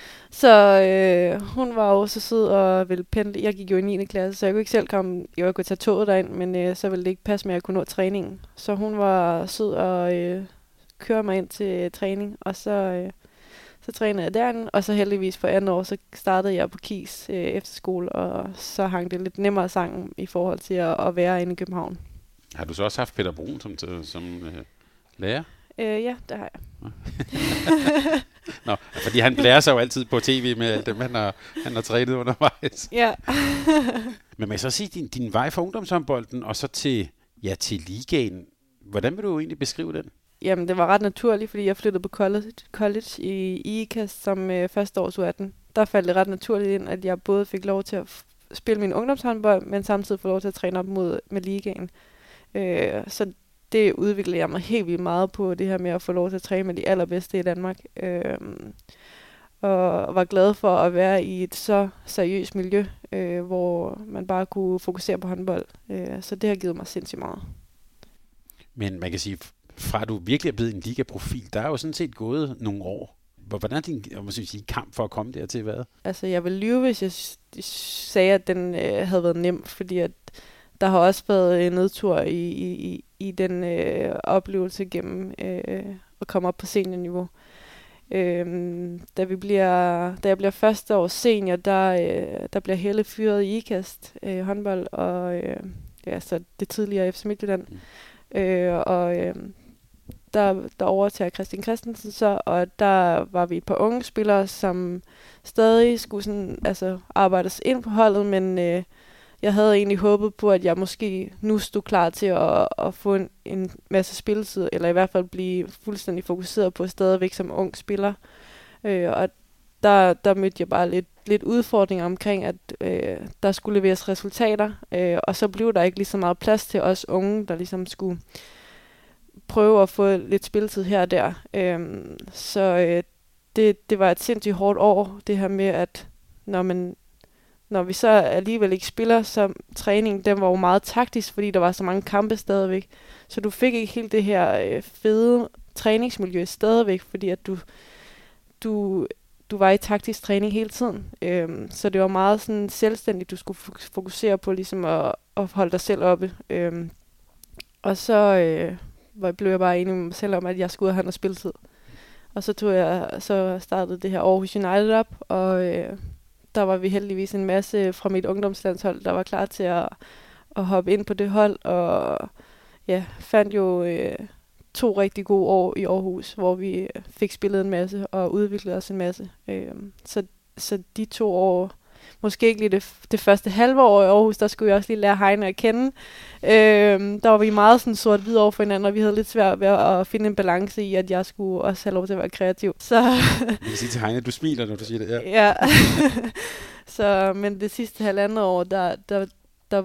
C: Så hun var også sød og ville pendle. Jeg gik jo i 9. klasse, så jeg kunne ikke selv komme. Jeg kunne tage toget derind, men så ville det ikke passe med, at jeg kunne nå træningen. Så hun var sød og køre mig ind til træning, og så trænede jeg derinde. Og så heldigvis for andet år, så startede jeg på KIS efterskole, og så hang det lidt nemmere sammen i forhold til at være inde i København.
B: Har du så også haft Peter Brun som lærer?
C: Ja, det har jeg.
B: Nå, fordi han blærer sig jo altid på tv med alt dem, han har trænet undervejs.
C: Ja.
B: Men man så sige din vej fra ungdomshåndbolden og så til ligaen. Hvordan vil du egentlig beskrive den?
C: Jamen, det var ret naturligt, fordi jeg flyttede på college i IKAST som første års U18. Der faldt det ret naturligt ind, at jeg både fik lov til at spille min ungdomshåndbold, men samtidig få lov til at træne op med ligaen. Så det udviklede jeg mig helt vildt meget på, det her med at få lov til at træne med de allerbedste i Danmark. Og var glad for at være i et så seriøst miljø, hvor man bare kunne fokusere på håndbold. Så det har givet mig sindssygt meget.
B: Men man kan sige, fra at du virkelig er blevet en ligaprofil, der er jo sådan set gået nogle år. Hvordan er din kamp for at komme dertil været? Altså,
C: jeg vil lyve, hvis jeg sagde, at den havde været nem, fordi at der har også været en nedtur i den oplevelse gennem at komme op på seniorniveau. Da jeg bliver første års senior, der bliver Helle fyret i IKAST håndbold, og så det tidligere FC Midtjylland. Der overtager Christian Christensen så, og der var vi et par unge spillere, som stadig skulle sådan, arbejdes ind på holdet, men jeg havde egentlig håbet på, at jeg måske nu stod klar til at få en masse spilletid, eller i hvert fald blive fuldstændig fokuseret på stadigvæk som ung spiller. Og der mødte jeg bare lidt udfordringer omkring, at der skulle leveres resultater, og så blev der ikke lige så meget plads til os unge, der ligesom skulle prøve at få lidt spilletid her og der. Så det var et sindssygt hårdt år, det her med, at når vi så alligevel ikke spiller, så træningen, den var jo meget taktisk, fordi der var så mange kampe stadigvæk. Så du fik ikke helt det her fede træningsmiljø stadigvæk, fordi at du var i taktisk træning hele tiden. Så det var meget sådan selvstændigt, du skulle fokusere på ligesom at holde dig selv oppe. Og så blev jeg bare enig med mig selv om, at jeg skulle have noget spilletid. Og så startede det her Aarhus United op, og der var vi heldigvis en masse fra mit ungdomslandshold, der var klar til at hoppe ind på det hold, og fandt jo 2 rigtig gode år i Aarhus, hvor vi fik spillet en masse og udviklet os en masse. Så de 2 år måske ikke lige det første halve år i Aarhus, der skulle jeg også lige lære Heine at kende. Der var vi meget sådan sort-hvid over for hinanden, og vi havde lidt svært ved at finde en balance i, at jeg skulle også have lov til at være kreativ. Så
B: Jeg kan sige til Heine, at du smiler, når du siger det.
C: Ja. Så, men det sidste 1,5 år, der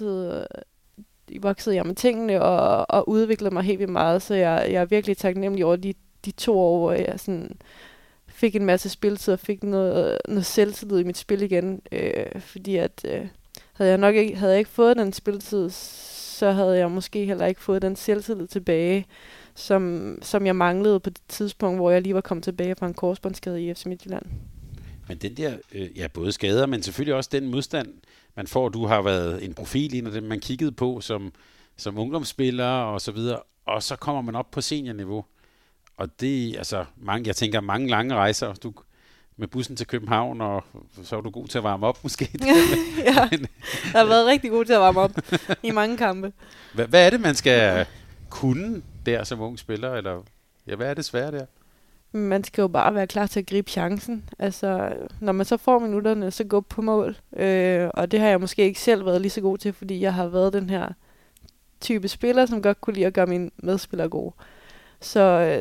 C: voksede jeg med tingene og udviklede mig helt vildt meget, så jeg er virkelig taknemmelig over de 2 år, hvor jeg sådan fik en masse spiltid og fik noget selvtillid i mit spil igen. Fordi at havde jeg ikke fået den spiltid, så havde jeg måske heller ikke fået den selvtillid tilbage, som jeg manglede på det tidspunkt, hvor jeg lige var kommet tilbage fra en korsbåndsskade i FC Midtjylland.
B: Men den der, både skader, men selvfølgelig også den modstand, man får. Du har været en profil, en af dem, man kiggede på som ungdomsspiller og så videre, og så kommer man op på seniorniveau. Og det altså jeg tænker mange lange rejser. Du med bussen til København, og så er du god til at varme op måske.
C: Ja, jeg har været rigtig god til at varme op i mange kampe.
B: Hvad er det, man skal kunne der som ung spiller? Eller hvad er det svære der?
C: Man skal jo bare være klar til at gribe chancen. Altså, når man så får minutterne, så gå på mål. Og det har jeg måske ikke selv været lige så god til, fordi jeg har været den her type spiller, som godt kunne lide at gøre mine medspillere gode. Så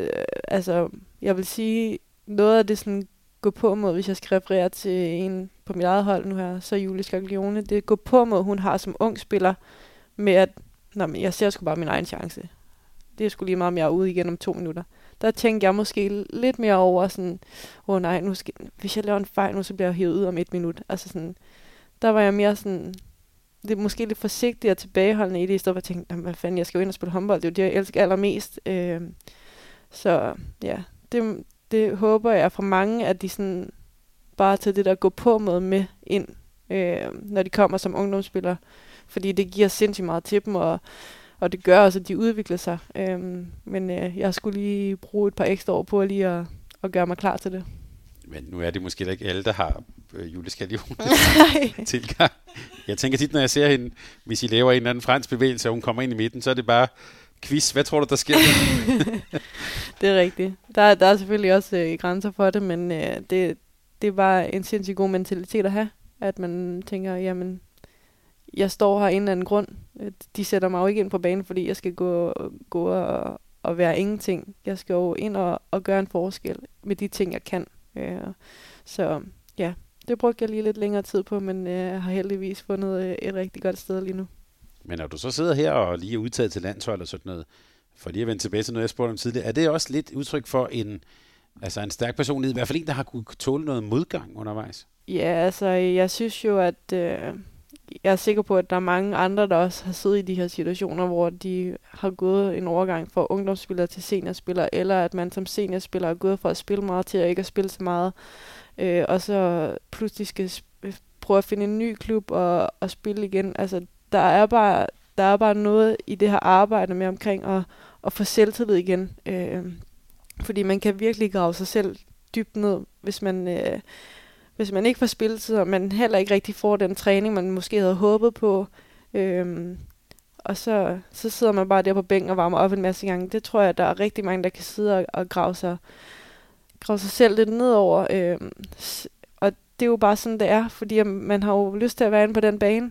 C: jeg vil sige, noget af det sådan gå på mod, hvis jeg skal referere til en på mit eget hold nu her, så Julie Scaglione, det gå på mod, hun har som ung spiller, med at jeg ser sgu bare min egen chance. Det er sgu lige meget, om jeg er ude igen om 2 minutter. Der tænkte jeg måske lidt mere over sådan, nej, hvis jeg laver en fejl nu, så bliver jeg hævet ud om 1 minut. Altså sådan, der var jeg mere sådan, det er måske lidt forsigtig og tilbageholdende i det, i stedet for at tænke, hvad fanden, jeg skal jo ind og spille håndbold, det er jo det, jeg elsker allermest. Så ja, det håber jeg fra mange, at de sådan bare tager det der gå på med ind, når de kommer som ungdomsspillere. Fordi det giver sindssygt meget til dem, og det gør også, at de udvikler sig. Men jeg skulle lige bruge et par ekstra år på lige at gøre mig klar til det.
B: Men nu er det måske ikke alle, der har Julie Scaglione tilgang. Jeg tænker tit, når jeg ser hende, hvis I laver en eller anden fransk bevægelse, og hun kommer ind i midten, så er det bare quiz. Hvad tror du, der sker?
C: Det er rigtigt. Der er selvfølgelig også grænser for det, men det er bare en sindssygt god mentalitet at have. At man tænker, jamen, jeg står her af en eller anden grund. De sætter mig jo ikke ind på banen, fordi jeg skal gå og være ingenting. Jeg skal jo ind og gøre en forskel med de ting, jeg kan. Så ja, det brugte jeg lige lidt længere tid på, men jeg har heldigvis fundet et rigtig godt sted lige nu.
B: Men når du så sidder her og lige er udtaget til landshold og sådan noget, for lige at vende tilbage til noget, jeg spurgte om tidligere, er det også lidt udtryk for en stærk personlighed, i hvert fald en, der har kunnet tåle noget modgang undervejs? Ja,
C: altså jeg synes jo, at jeg er sikker på, at der er mange andre, der også har siddet i de her situationer, hvor de har gået en overgang fra ungdomsspillere til seniorspillere, eller at man som seniorspiller er gået fra at spille meget til at ikke at spille så meget, og så pludselig skal prøve at finde en ny klub og spille igen. Altså, der er bare noget i det her arbejde med omkring at få selvtillid igen. Fordi man kan virkelig grave sig selv dybt ned, hvis man ikke får spilletid, og man heller ikke rigtig får den træning, man måske havde håbet på. Og så sidder man bare der på bænken og varmer op en masse gange. Det tror jeg, der er rigtig mange, der kan sidde og grave sig selv lidt nedover. Og det er jo bare sådan, det er, fordi man har jo lyst til at være inde på den bane.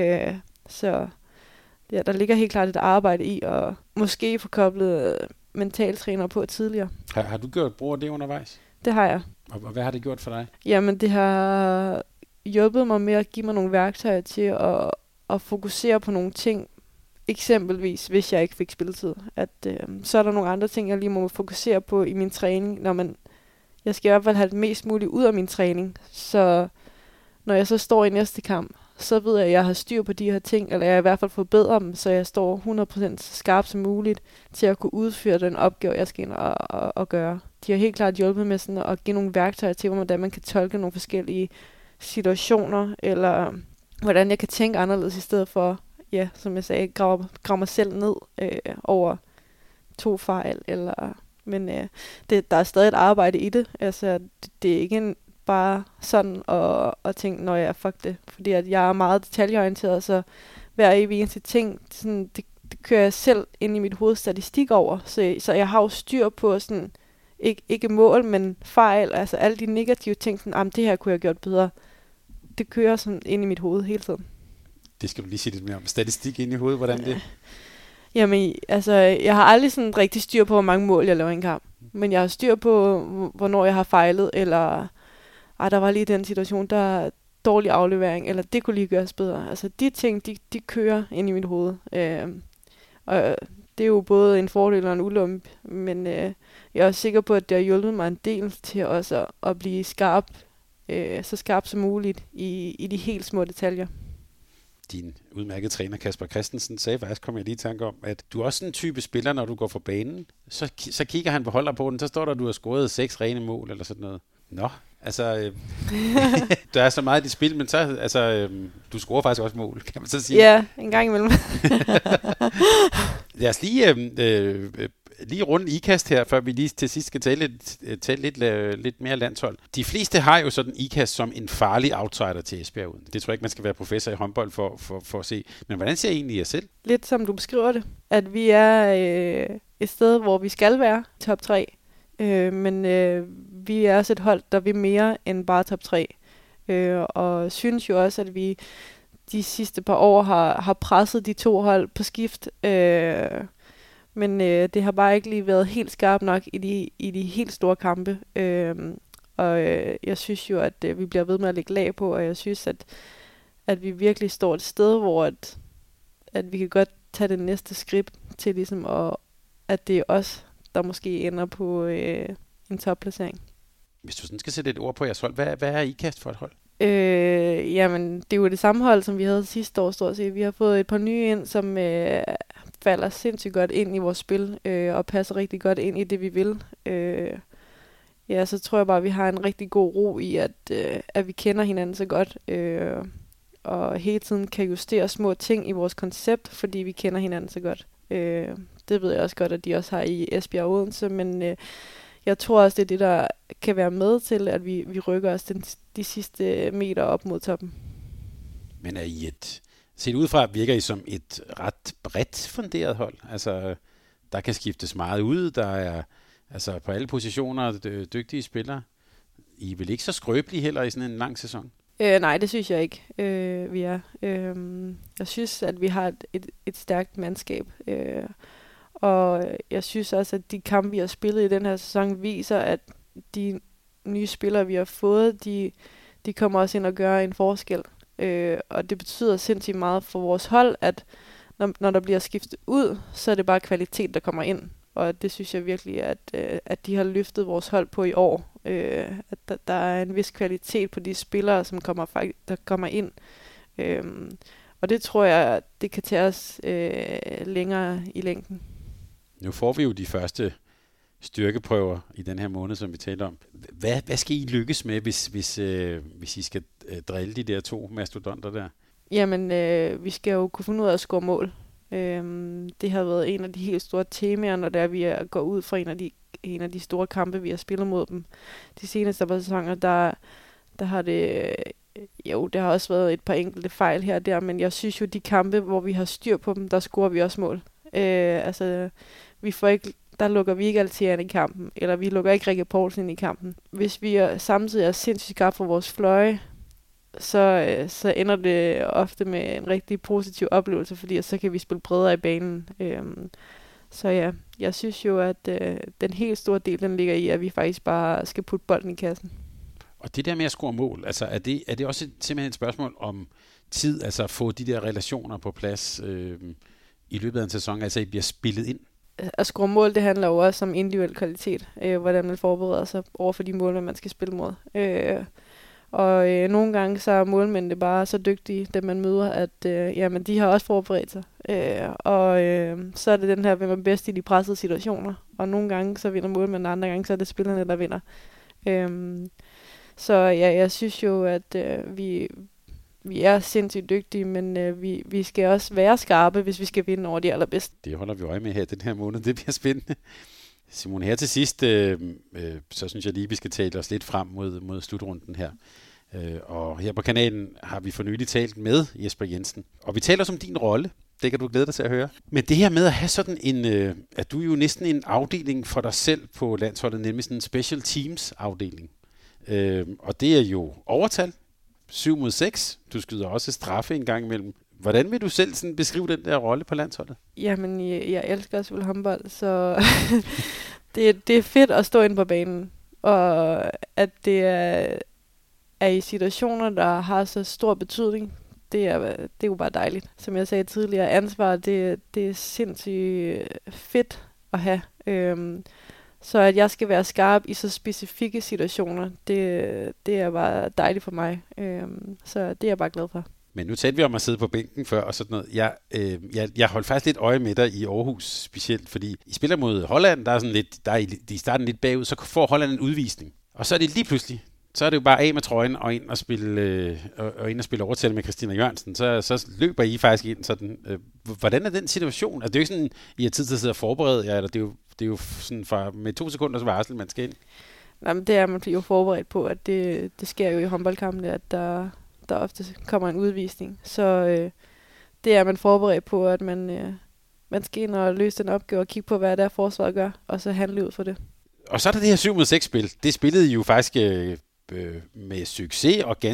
C: Så ja, der ligger helt klart et arbejde i, og måske få koblet mentaltræner på tidligere.
B: Har du gjort brug af det undervejs?
C: Det har jeg.
B: Og hvad har det gjort for dig?
C: Jamen, det har hjulpet mig med at give mig nogle værktøjer til at fokusere på nogle ting. Eksempelvis, hvis jeg ikke fik spilletid. Så er der nogle andre ting, jeg lige må fokusere på i min træning. Jeg skal i hvert fald have det mest muligt ud af min træning. Så når jeg så står i næste kamp, så ved jeg, at jeg har styr på de her ting, eller jeg i hvert fald forbedrer dem, så jeg står 100% skarp som muligt til at kunne udføre den opgave, jeg skal ind og gøre. De har helt klart hjulpet med sådan at give nogle værktøjer til, hvordan man kan tolke nogle forskellige situationer, eller hvordan jeg kan tænke anderledes, i stedet for, ja, som jeg sagde, grave mig selv ned over 2 fejl. Men der er stadig et arbejde i det. Altså, det er ikke bare sådan at tænke, når jeg fuck det. Fordi at jeg er meget detaljeorienteret, så hver evig eneste ting, sådan, det kører jeg selv ind i mit hoved statistik over. Så jeg har jo styr på sådan, ikke mål, men fejl, altså alle de negative ting, sådan, det her kunne jeg have gjort bedre. det kører sådan ind i mit hoved hele tiden.
B: Det skal du lige sige lidt mere om. Statistik ind i hovedet, hvordan det?
C: Jamen, altså, jeg har aldrig sådan rigtig styr på, hvor mange mål jeg laver i en kamp. Men jeg har styr på, hvornår jeg har fejlet, eller der var lige den situation, der er dårlig aflevering, eller det kunne lige gøres bedre. Altså, de ting, de kører ind i mit hoved. Og det er jo både en fordel og en ulempe, men jeg er også sikker på, at det har hjulpet mig en del til også at blive skarp, så skarp som muligt i de helt små detaljer.
B: Din udmærkede træner Kasper Christensen sagde faktisk, kom jeg lige i tanke om, at du er også en type spiller, når du går for banen. Så kigger han på holderporten, så står der, at du har scoret 6 rene mål eller sådan noget. Nå, altså, der er så meget i dit spil, men så, altså, du scorer faktisk også mål, kan man så sige.
C: Ja, en gang imellem.
B: Lad os lige runde IKAST her, før vi lige til sidst skal tale lidt mere landshold. De fleste har jo sådan IKAST som en farlig outsider til Esbjerg uden. Det tror jeg ikke, man skal være professor i håndbold for at se. Men hvordan ser I egentlig jer selv?
C: Lidt som du beskriver det, at vi er et sted, hvor vi skal være top 3. Men vi er også et hold, der vil mere end bare top 3. Og synes jo også, at vi de sidste par år har presset de 2 hold på skift. Men det har bare ikke lige været helt skarpt nok i de helt store kampe. Og jeg synes jo, at vi bliver ved med at lægge lag på, og jeg synes, at vi virkelig står et sted, hvor at vi kan godt tage det næste skridt til ligesom, at det er os, der måske ender på en topplacering.
B: Hvis du sådan skal sætte et ord på jeres hold, hvad er IKAST for et hold?
C: Jamen, det er jo det samme hold, som vi havde sidste år, stort set. Vi har fået et par nye ind, som falder sindssygt godt ind i vores spil, og passer rigtig godt ind i det, vi vil. Ja, så tror jeg bare, at vi har en rigtig god ro i, at vi kender hinanden så godt, og hele tiden kan justere små ting i vores koncept, fordi vi kender hinanden så godt. Det ved jeg også godt, at de også har i Esbjerg og Odense, men jeg tror også, det er det, der kan være med til, at vi rykker os de sidste meter op mod toppen.
B: Men er I set udefra virker I som et ret bredt funderet hold? Altså, der kan skiftes meget ud, der er altså på alle positioner dygtige spillere. I er vel ikke så skrøbelige heller i sådan en lang sæson?
C: Nej, det synes jeg ikke, vi er. Jeg synes, at vi har et stærkt mandskab, og jeg synes også, at de kampe, vi har spillet i den her sæson, viser, at de nye spillere, vi har fået, de kommer også ind og gør en forskel. Og det betyder sindssygt meget for vores hold, at når der bliver skiftet ud, så er det bare kvalitet, der kommer ind. Og det synes jeg virkelig, at de har løftet vores hold på i år. At der er en vis kvalitet på de spillere, der kommer ind. Og det tror jeg, det kan tage os længere i længden.
B: Nu får vi jo de første styrkeprøver i den her måned, som vi talte om. Hvad skal I lykkes med, hvis I skal drille de der 2 mastodonter der?
C: Jamen, vi skal jo kunne finde ud af at score mål. Det har været en af de helt store temaer, når der vi går ud fra en af de store kampe, vi har spillet mod dem. De seneste par sæsoner, der har det... Jo, det har også været et par enkelte fejl her og der, men jeg synes jo, de kampe, hvor vi har styr på dem, der scorer vi også mål. Der lukker vi ikke Altieren i kampen, eller vi lukker ikke Rikke Poulsen i kampen. Hvis vi samtidig er sindssygt skarpe for vores fløje, så ender det ofte med en rigtig positiv oplevelse, fordi så kan vi spille bredere i banen. Så ja, jeg synes jo, at den helt store del, den ligger i, at vi faktisk bare skal putte bolden i kassen.
B: Og det der med at score mål, altså er det også simpelthen et spørgsmål om tid, altså at få de der relationer på plads i løbet af en sæson, altså I bliver spillet ind?
C: At score mål, det handler jo også om individuel kvalitet, hvordan man forbereder sig over for de mål, man skal spille mod. Og nogle gange så er målmændene bare så dygtige, dem man møder, at jamen, de har også forberedt sig. Så er det den her, hvem er bedst i de pressede situationer. Og nogle gange så vinder målmændene, andre gange så er det spillerne, der vinder. Så ja, jeg synes jo, at vi er sindssygt dygtige, men vi skal også være skarpe, hvis vi skal vinde over de allerbedste.
B: Det holder vi øje med her den her måned. Det bliver spændende. Simone, her til sidst, så synes jeg lige, vi skal tale os lidt frem mod slutrunden her. Og her på kanalen har vi for nylig talt med Jesper Jensen. Og vi taler om din rolle. Det kan du glæde dig til at høre. Men det her med at have sådan en, at du er jo næsten en afdeling for dig selv på landsholdet, nemlig sådan en special teams afdeling. Og det er jo overtal. 7 mod 6. Du skyder også straffe en gang imellem. Hvordan vil du selv sådan beskrive den der rolle på landsholdet?
C: Jamen, jeg elsker at spille håndbold, så det er fedt at stå inde på banen. Og at det er i situationer, der har så stor betydning, det er jo bare dejligt. Som jeg sagde tidligere, ansvar, det er sindssygt fedt at have. Så at jeg skal være skarp i så specifikke situationer, det er bare dejligt for mig. Så det er jeg bare glad for.
B: Men nu talte vi om at sidde på bænken før og sådan noget. Jeg holdt faktisk lidt øje med dig i Aarhus specielt, fordi I spiller mod Holland, der er sådan lidt, de starter lidt bagud, så får Holland en udvisning. Og så er det lige pludselig, så er det jo bare af med trøjen og ind og spille overtal med Christina Jørgensen. Så løber I faktisk ind sådan. Hvordan er den situation? Altså det er jo ikke sådan, I har tid til at sidde og forberede jer, eller det er jo sådan med 2 sekunders varsel, man skal ind.
C: Nej, men det er man jo forberedt på, at det sker jo i håndboldkampene, at der ofte kommer en udvisning. Så det er man forberedt på, at man skal ind og løse den opgave og kigge på, hvad det er, forsvaret gør, og så handle ud for det.
B: Og så er der det her 7 mod 6 spil. Det spillede I jo faktisk med succes og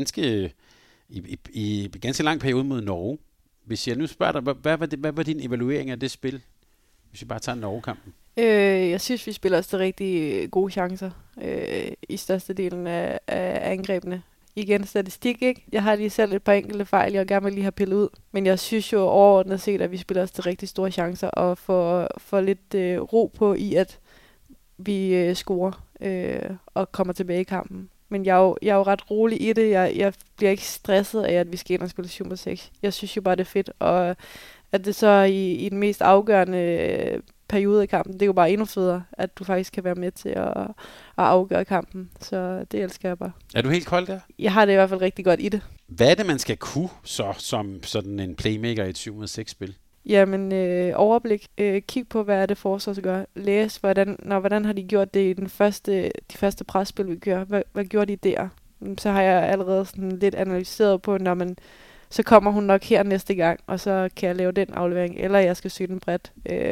B: i ganske lang periode mod Norge. Hvis jeg nu spørger dig, hvad var din evaluering af det spil, hvis vi bare tager Norge-kampen?
C: Jeg synes, vi spiller os til rigtig gode chancer i størstedelen af angrebene. Igen statistik, ikke? Jeg har lige selv et par enkelte fejl, jeg gerne vil lige have pillet ud. Men jeg synes jo overordnet set, at vi spiller os til rigtig store chancer og får lidt ro på i, at vi scorer og kommer tilbage i kampen. Men jeg er jo ret rolig i det. Jeg bliver ikke stresset af, at vi skal ind og spille 7 mod 6. Jeg synes jo bare, det er fedt. Og at det så i den mest afgørende periode af kampen, det er jo bare endnu federe, at du faktisk kan være med til at afgøre kampen. Så det elsker jeg bare. Er
B: du helt kold der?
C: Jeg har det i hvert fald rigtig godt i det.
B: Hvad er det, man skal kunne så som sådan en playmaker i et 7 mod 6 spil?
C: Jamen, overblik. Kig på, hvad er det forsvaret gør. Læs, hvordan har de gjort det i de første presspil, vi kører. Hvad gjorde de der? Så har jeg allerede sådan lidt analyseret på, så kommer hun nok her næste gang, og så kan jeg lave den aflevering, eller jeg skal søge den bredt.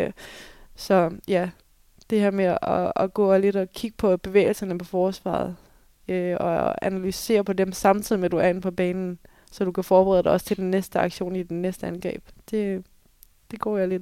C: Så ja, det her med at gå lidt og kigge på bevægelserne på forsvaret, og analysere på dem samtidig med, at du er inde på banen, så du kan forberede dig også til den næste aktion i den næste angreb. Det går jeg lidt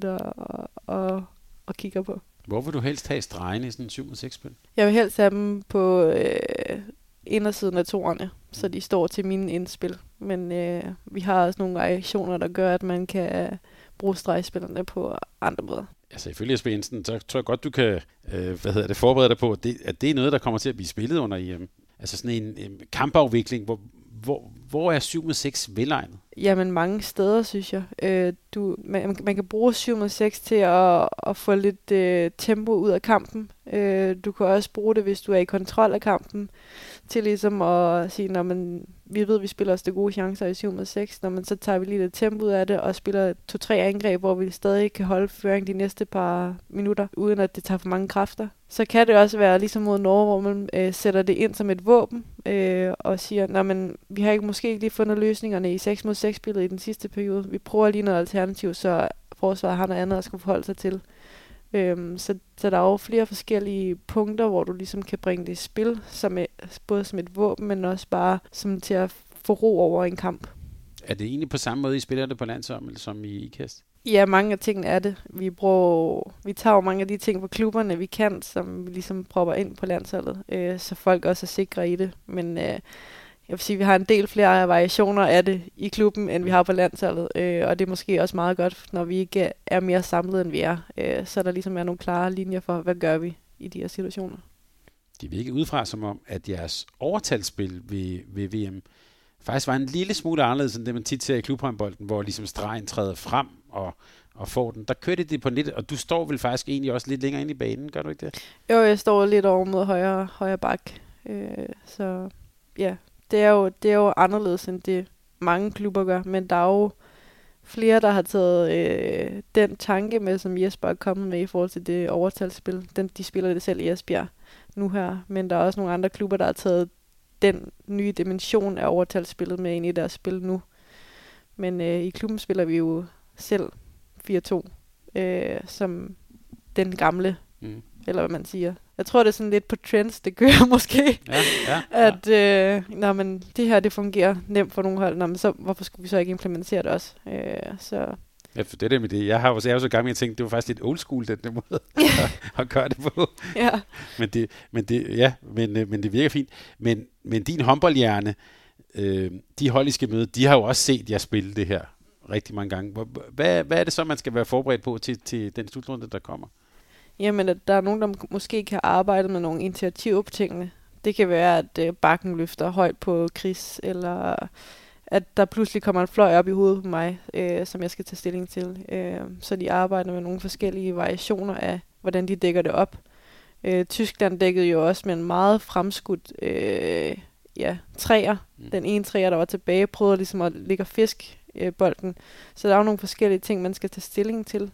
C: og kigger på.
B: Hvor vil du helst have stregene i sådan en 7 mod 6 spil?
C: Jeg vil helst have dem på indersiden af toerne, så de står til mine indspil. Men vi har også nogle variationer, der gør, at man kan bruge stregspillerne på andre måder.
B: Altså ifølge Jesper Jensen, så tror jeg godt, du kan forberede dig på, at det er noget, der kommer til at blive spillet under EM. Altså sådan en kampafvikling, hvor er 7 mod 6 velegnet?
C: Jamen mange steder, synes jeg. Man kan bruge 7 mod 6 til at få lidt tempo ud af kampen. Du kan også bruge det, hvis du er i kontrol af kampen, til ligesom at sige, vi ved, vi spiller os de gode chancer i 7 mod 6, så tager vi lige lidt tempo ud af det og spiller 2-3 angreb, hvor vi stadig kan holde føring de næste par minutter, uden at det tager for mange kræfter. Så kan det også være ligesom mod Norge, hvor man sætter det ind som et våben og siger, vi har måske ikke lige fundet løsningerne i 6 mod 6-spillet i den sidste periode. Vi prøver lige noget alternativ, så forsvaret har noget andet at skulle forholde sig til. Så der er jo flere forskellige punkter, hvor du ligesom kan bringe det i spil, både som et våben, men også bare som til at få ro over en kamp.
B: Er det egentlig på samme måde, I spiller det på landsholdet, som i IKAST?
C: Ja, mange af tingene er det. Vi tager jo mange af de ting på klubberne, vi kan, som vi ligesom propper ind på landsholdet, så folk også er sikre i det. Men jeg vil sige, at vi har en del flere variationer af det i klubben, end vi har på landsholdet, og det er måske også meget godt, når vi ikke er mere samlet, end vi er. Så der ligesom er nogle klare linjer for, hvad gør vi i de her situationer.
B: Det virker udefra som om, at jeres overtalsspil ved VM faktisk var en lille smule anderledes, end det man tit ser i klubhåndbolden, hvor ligesom stregen træder frem og får den. Der kørte det på lidt, og du står vel faktisk egentlig også lidt længere ind i banen, gør du ikke det?
C: Jo, jeg står lidt over mod højre bak, så ja. Det er jo anderledes, end det mange klubber gør, men der er jo flere, der har taget den tanke med, som Jesper er kommet med i forhold til det overtalsspil. De spiller det selv i Esbjerg nu her, men der er også nogle andre klubber, der har taget den nye dimension af overtalsspillet med ind i deres spil nu. Men i klubben spiller vi jo selv 4-2, som den gamle eller hvad man siger. Jeg tror, det er sådan lidt på trends, det kører måske.
B: Ja.
C: At men det her, det fungerer nemt for nogle hold, men så hvorfor skulle vi så ikke implementere det også? Så...
B: Ja, for det der med det. Jeg er jo så gammel, jeg tænkte, det var faktisk lidt old school, den måde at gøre det på.
C: Ja.
B: Men det virker fint. Men din håndboldhjerne, de hold, I skal møde, de har jo også set jer spille det her rigtig mange gange. Hvad er det så, man skal være forberedt på til den slutrunde, der kommer?
C: Jamen, at der er nogen, der måske kan arbejde med nogle initiativer på tingene. Det kan være, at bakken løfter højt på Chris, eller at der pludselig kommer en fløj op i hovedet på mig, som jeg skal tage stilling til. Så de arbejder med nogle forskellige variationer af, hvordan de dækker det op. Tyskland dækkede jo også med en meget fremskudt træer. Den ene træer, der var tilbage, prøvede ligesom at ligge og fisk bolden. Så der er jo nogle forskellige ting, man skal tage stilling til.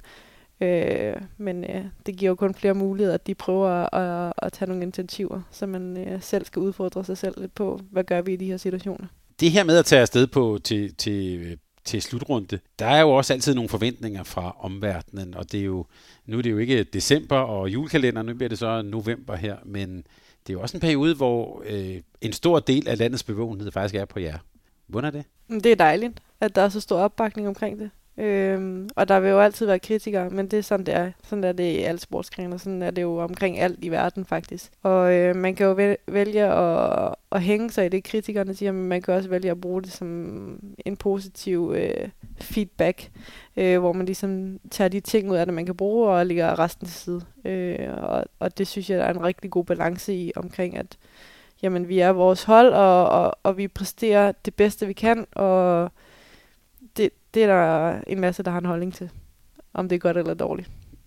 C: Men det giver jo kun flere muligheder, at de prøver at tage nogle initiativer, så man selv skal udfordre sig selv lidt på, hvad gør vi i de her situationer.
B: Det her med at tage afsted på til slutrunde, der er jo også altid nogle forventninger fra omverdenen, og det er jo, nu er det jo ikke december og julekalender, nu bliver det så november her, men det er jo også en periode, hvor en stor del af landets bevågenhed faktisk er på jer. Hvordan er det?
C: Det er dejligt, at der er så stor opbakning omkring det. Og der vil jo altid være kritikere, men det er sådan, det er. Sådan er det i alle sportsgrene, sådan er det jo omkring alt i verden faktisk. Og man kan jo vælge at hænge sig i det, kritikerne siger, men man kan også vælge at bruge det som en positiv feedback, hvor man ligesom tager de ting ud af det, man kan bruge, og lægger resten til side. Og det synes jeg er en rigtig god balance i omkring, at jamen, vi er vores hold, og vi præsterer det bedste, vi kan, og det er der en masse, der har en holdning til, om det er godt eller dårligt.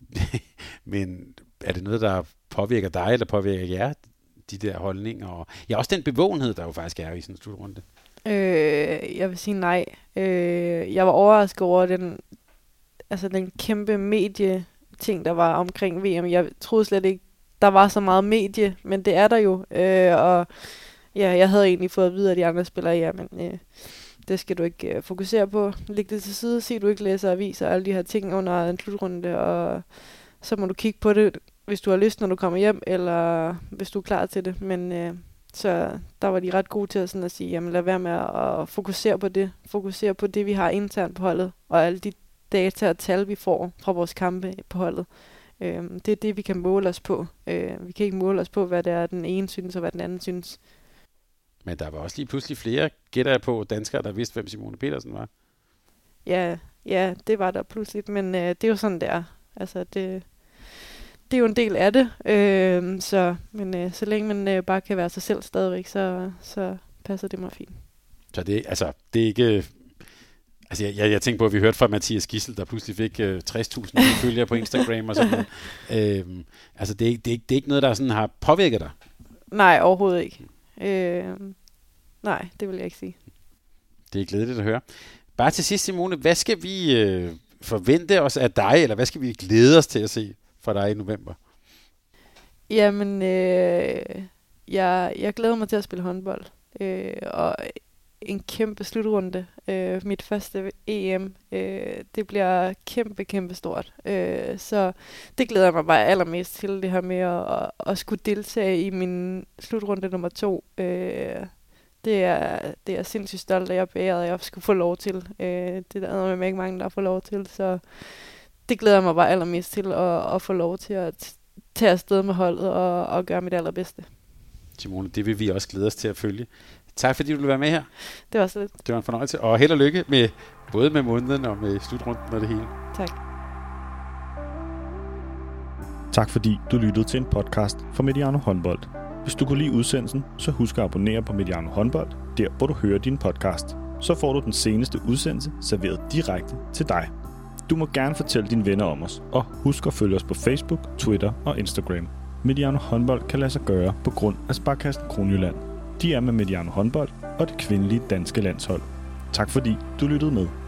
B: Men er det noget, der påvirker dig, eller påvirker jer, de der holdninger? Og også den bevågenhed, der jo faktisk er i sådan en slutrunde.
C: Jeg vil sige nej. Jeg var overrasket over den kæmpe medieting, der var omkring VM. Jeg troede slet ikke, der var så meget medie, men det er der jo. Og ja, jeg havde egentlig fået at vide af de andre spillere, det skal du ikke fokusere på. Læg det til side, sig du ikke læser aviser og alle de her ting under en slutrunde, og så må du kigge på det, hvis du har lyst, når du kommer hjem, eller hvis du er klar til det. Men så der var de ret gode til at sige, jamen lad være med at fokusere på det. Fokusere på det, vi har internt på holdet, og alle de data og tal, vi får fra vores kampe på holdet. Det er det, vi kan måle os på. Vi kan ikke måle os på, hvad det er, den ene synes, og hvad den anden synes.
B: Men der var også lige pludselig flere, gætter jeg på, danskere, der vidste, hvem Simone Petersen var.
C: Ja, det var der pludselig, men det er jo sådan, det er. Altså, det er jo en del af det. Så længe man bare kan være sig selv stadigvæk, så passer det mig fint. Så
B: det er ikke... Altså, jeg tænkte på, at vi hørte fra Mathias Gissel, der pludselig fik 60.000 følgere på Instagram og sådan noget. Altså, det er ikke noget, der sådan har påvirket dig?
C: Nej, overhovedet ikke. Nej, det vil jeg ikke sige.
B: Det er glædeligt at høre. Bare til sidst, Simone, hvad skal vi forvente os af dig, eller hvad skal vi glæde os til at se fra dig i november?
C: Jamen, jeg glæder mig til at spille håndbold, og en kæmpe slutrunde. Mit første EM, det bliver kæmpe stort. Så det glæder jeg mig bare allermest til, det her med at skulle deltage i min slutrunde nummer 2. Det er sindssygt stolt af, at jeg skulle få lov til. Det er der med ikke mange, der får lov til. Så det glæder jeg mig bare allermest til at få lov til at tage afsted med holdet og gøre mit allerbedste.
B: Simone, det vil vi også glæde os til at følge. Tak fordi du ville være med her.
C: Det var så lidt.
B: Det var en fornøjelse. Og held og lykke med både med måneden og med slutrunden og det hele.
C: Tak.
A: Tak fordi du lyttede til en podcast fra Mediano Håndbold. Hvis du kunne lide udsendelsen, så husk at abonnere på Mediano Håndbold, der hvor du hører din podcast. Så får du den seneste udsendelse serveret direkte til dig. Du må gerne fortælle dine venner om os, og husk at følge os på Facebook, Twitter og Instagram. Mediano Håndbold kan lade sig gøre på grund af Sparkassen Kronjylland. De er med Mediano Håndbold og det kvindelige danske landshold. Tak fordi du lyttede med.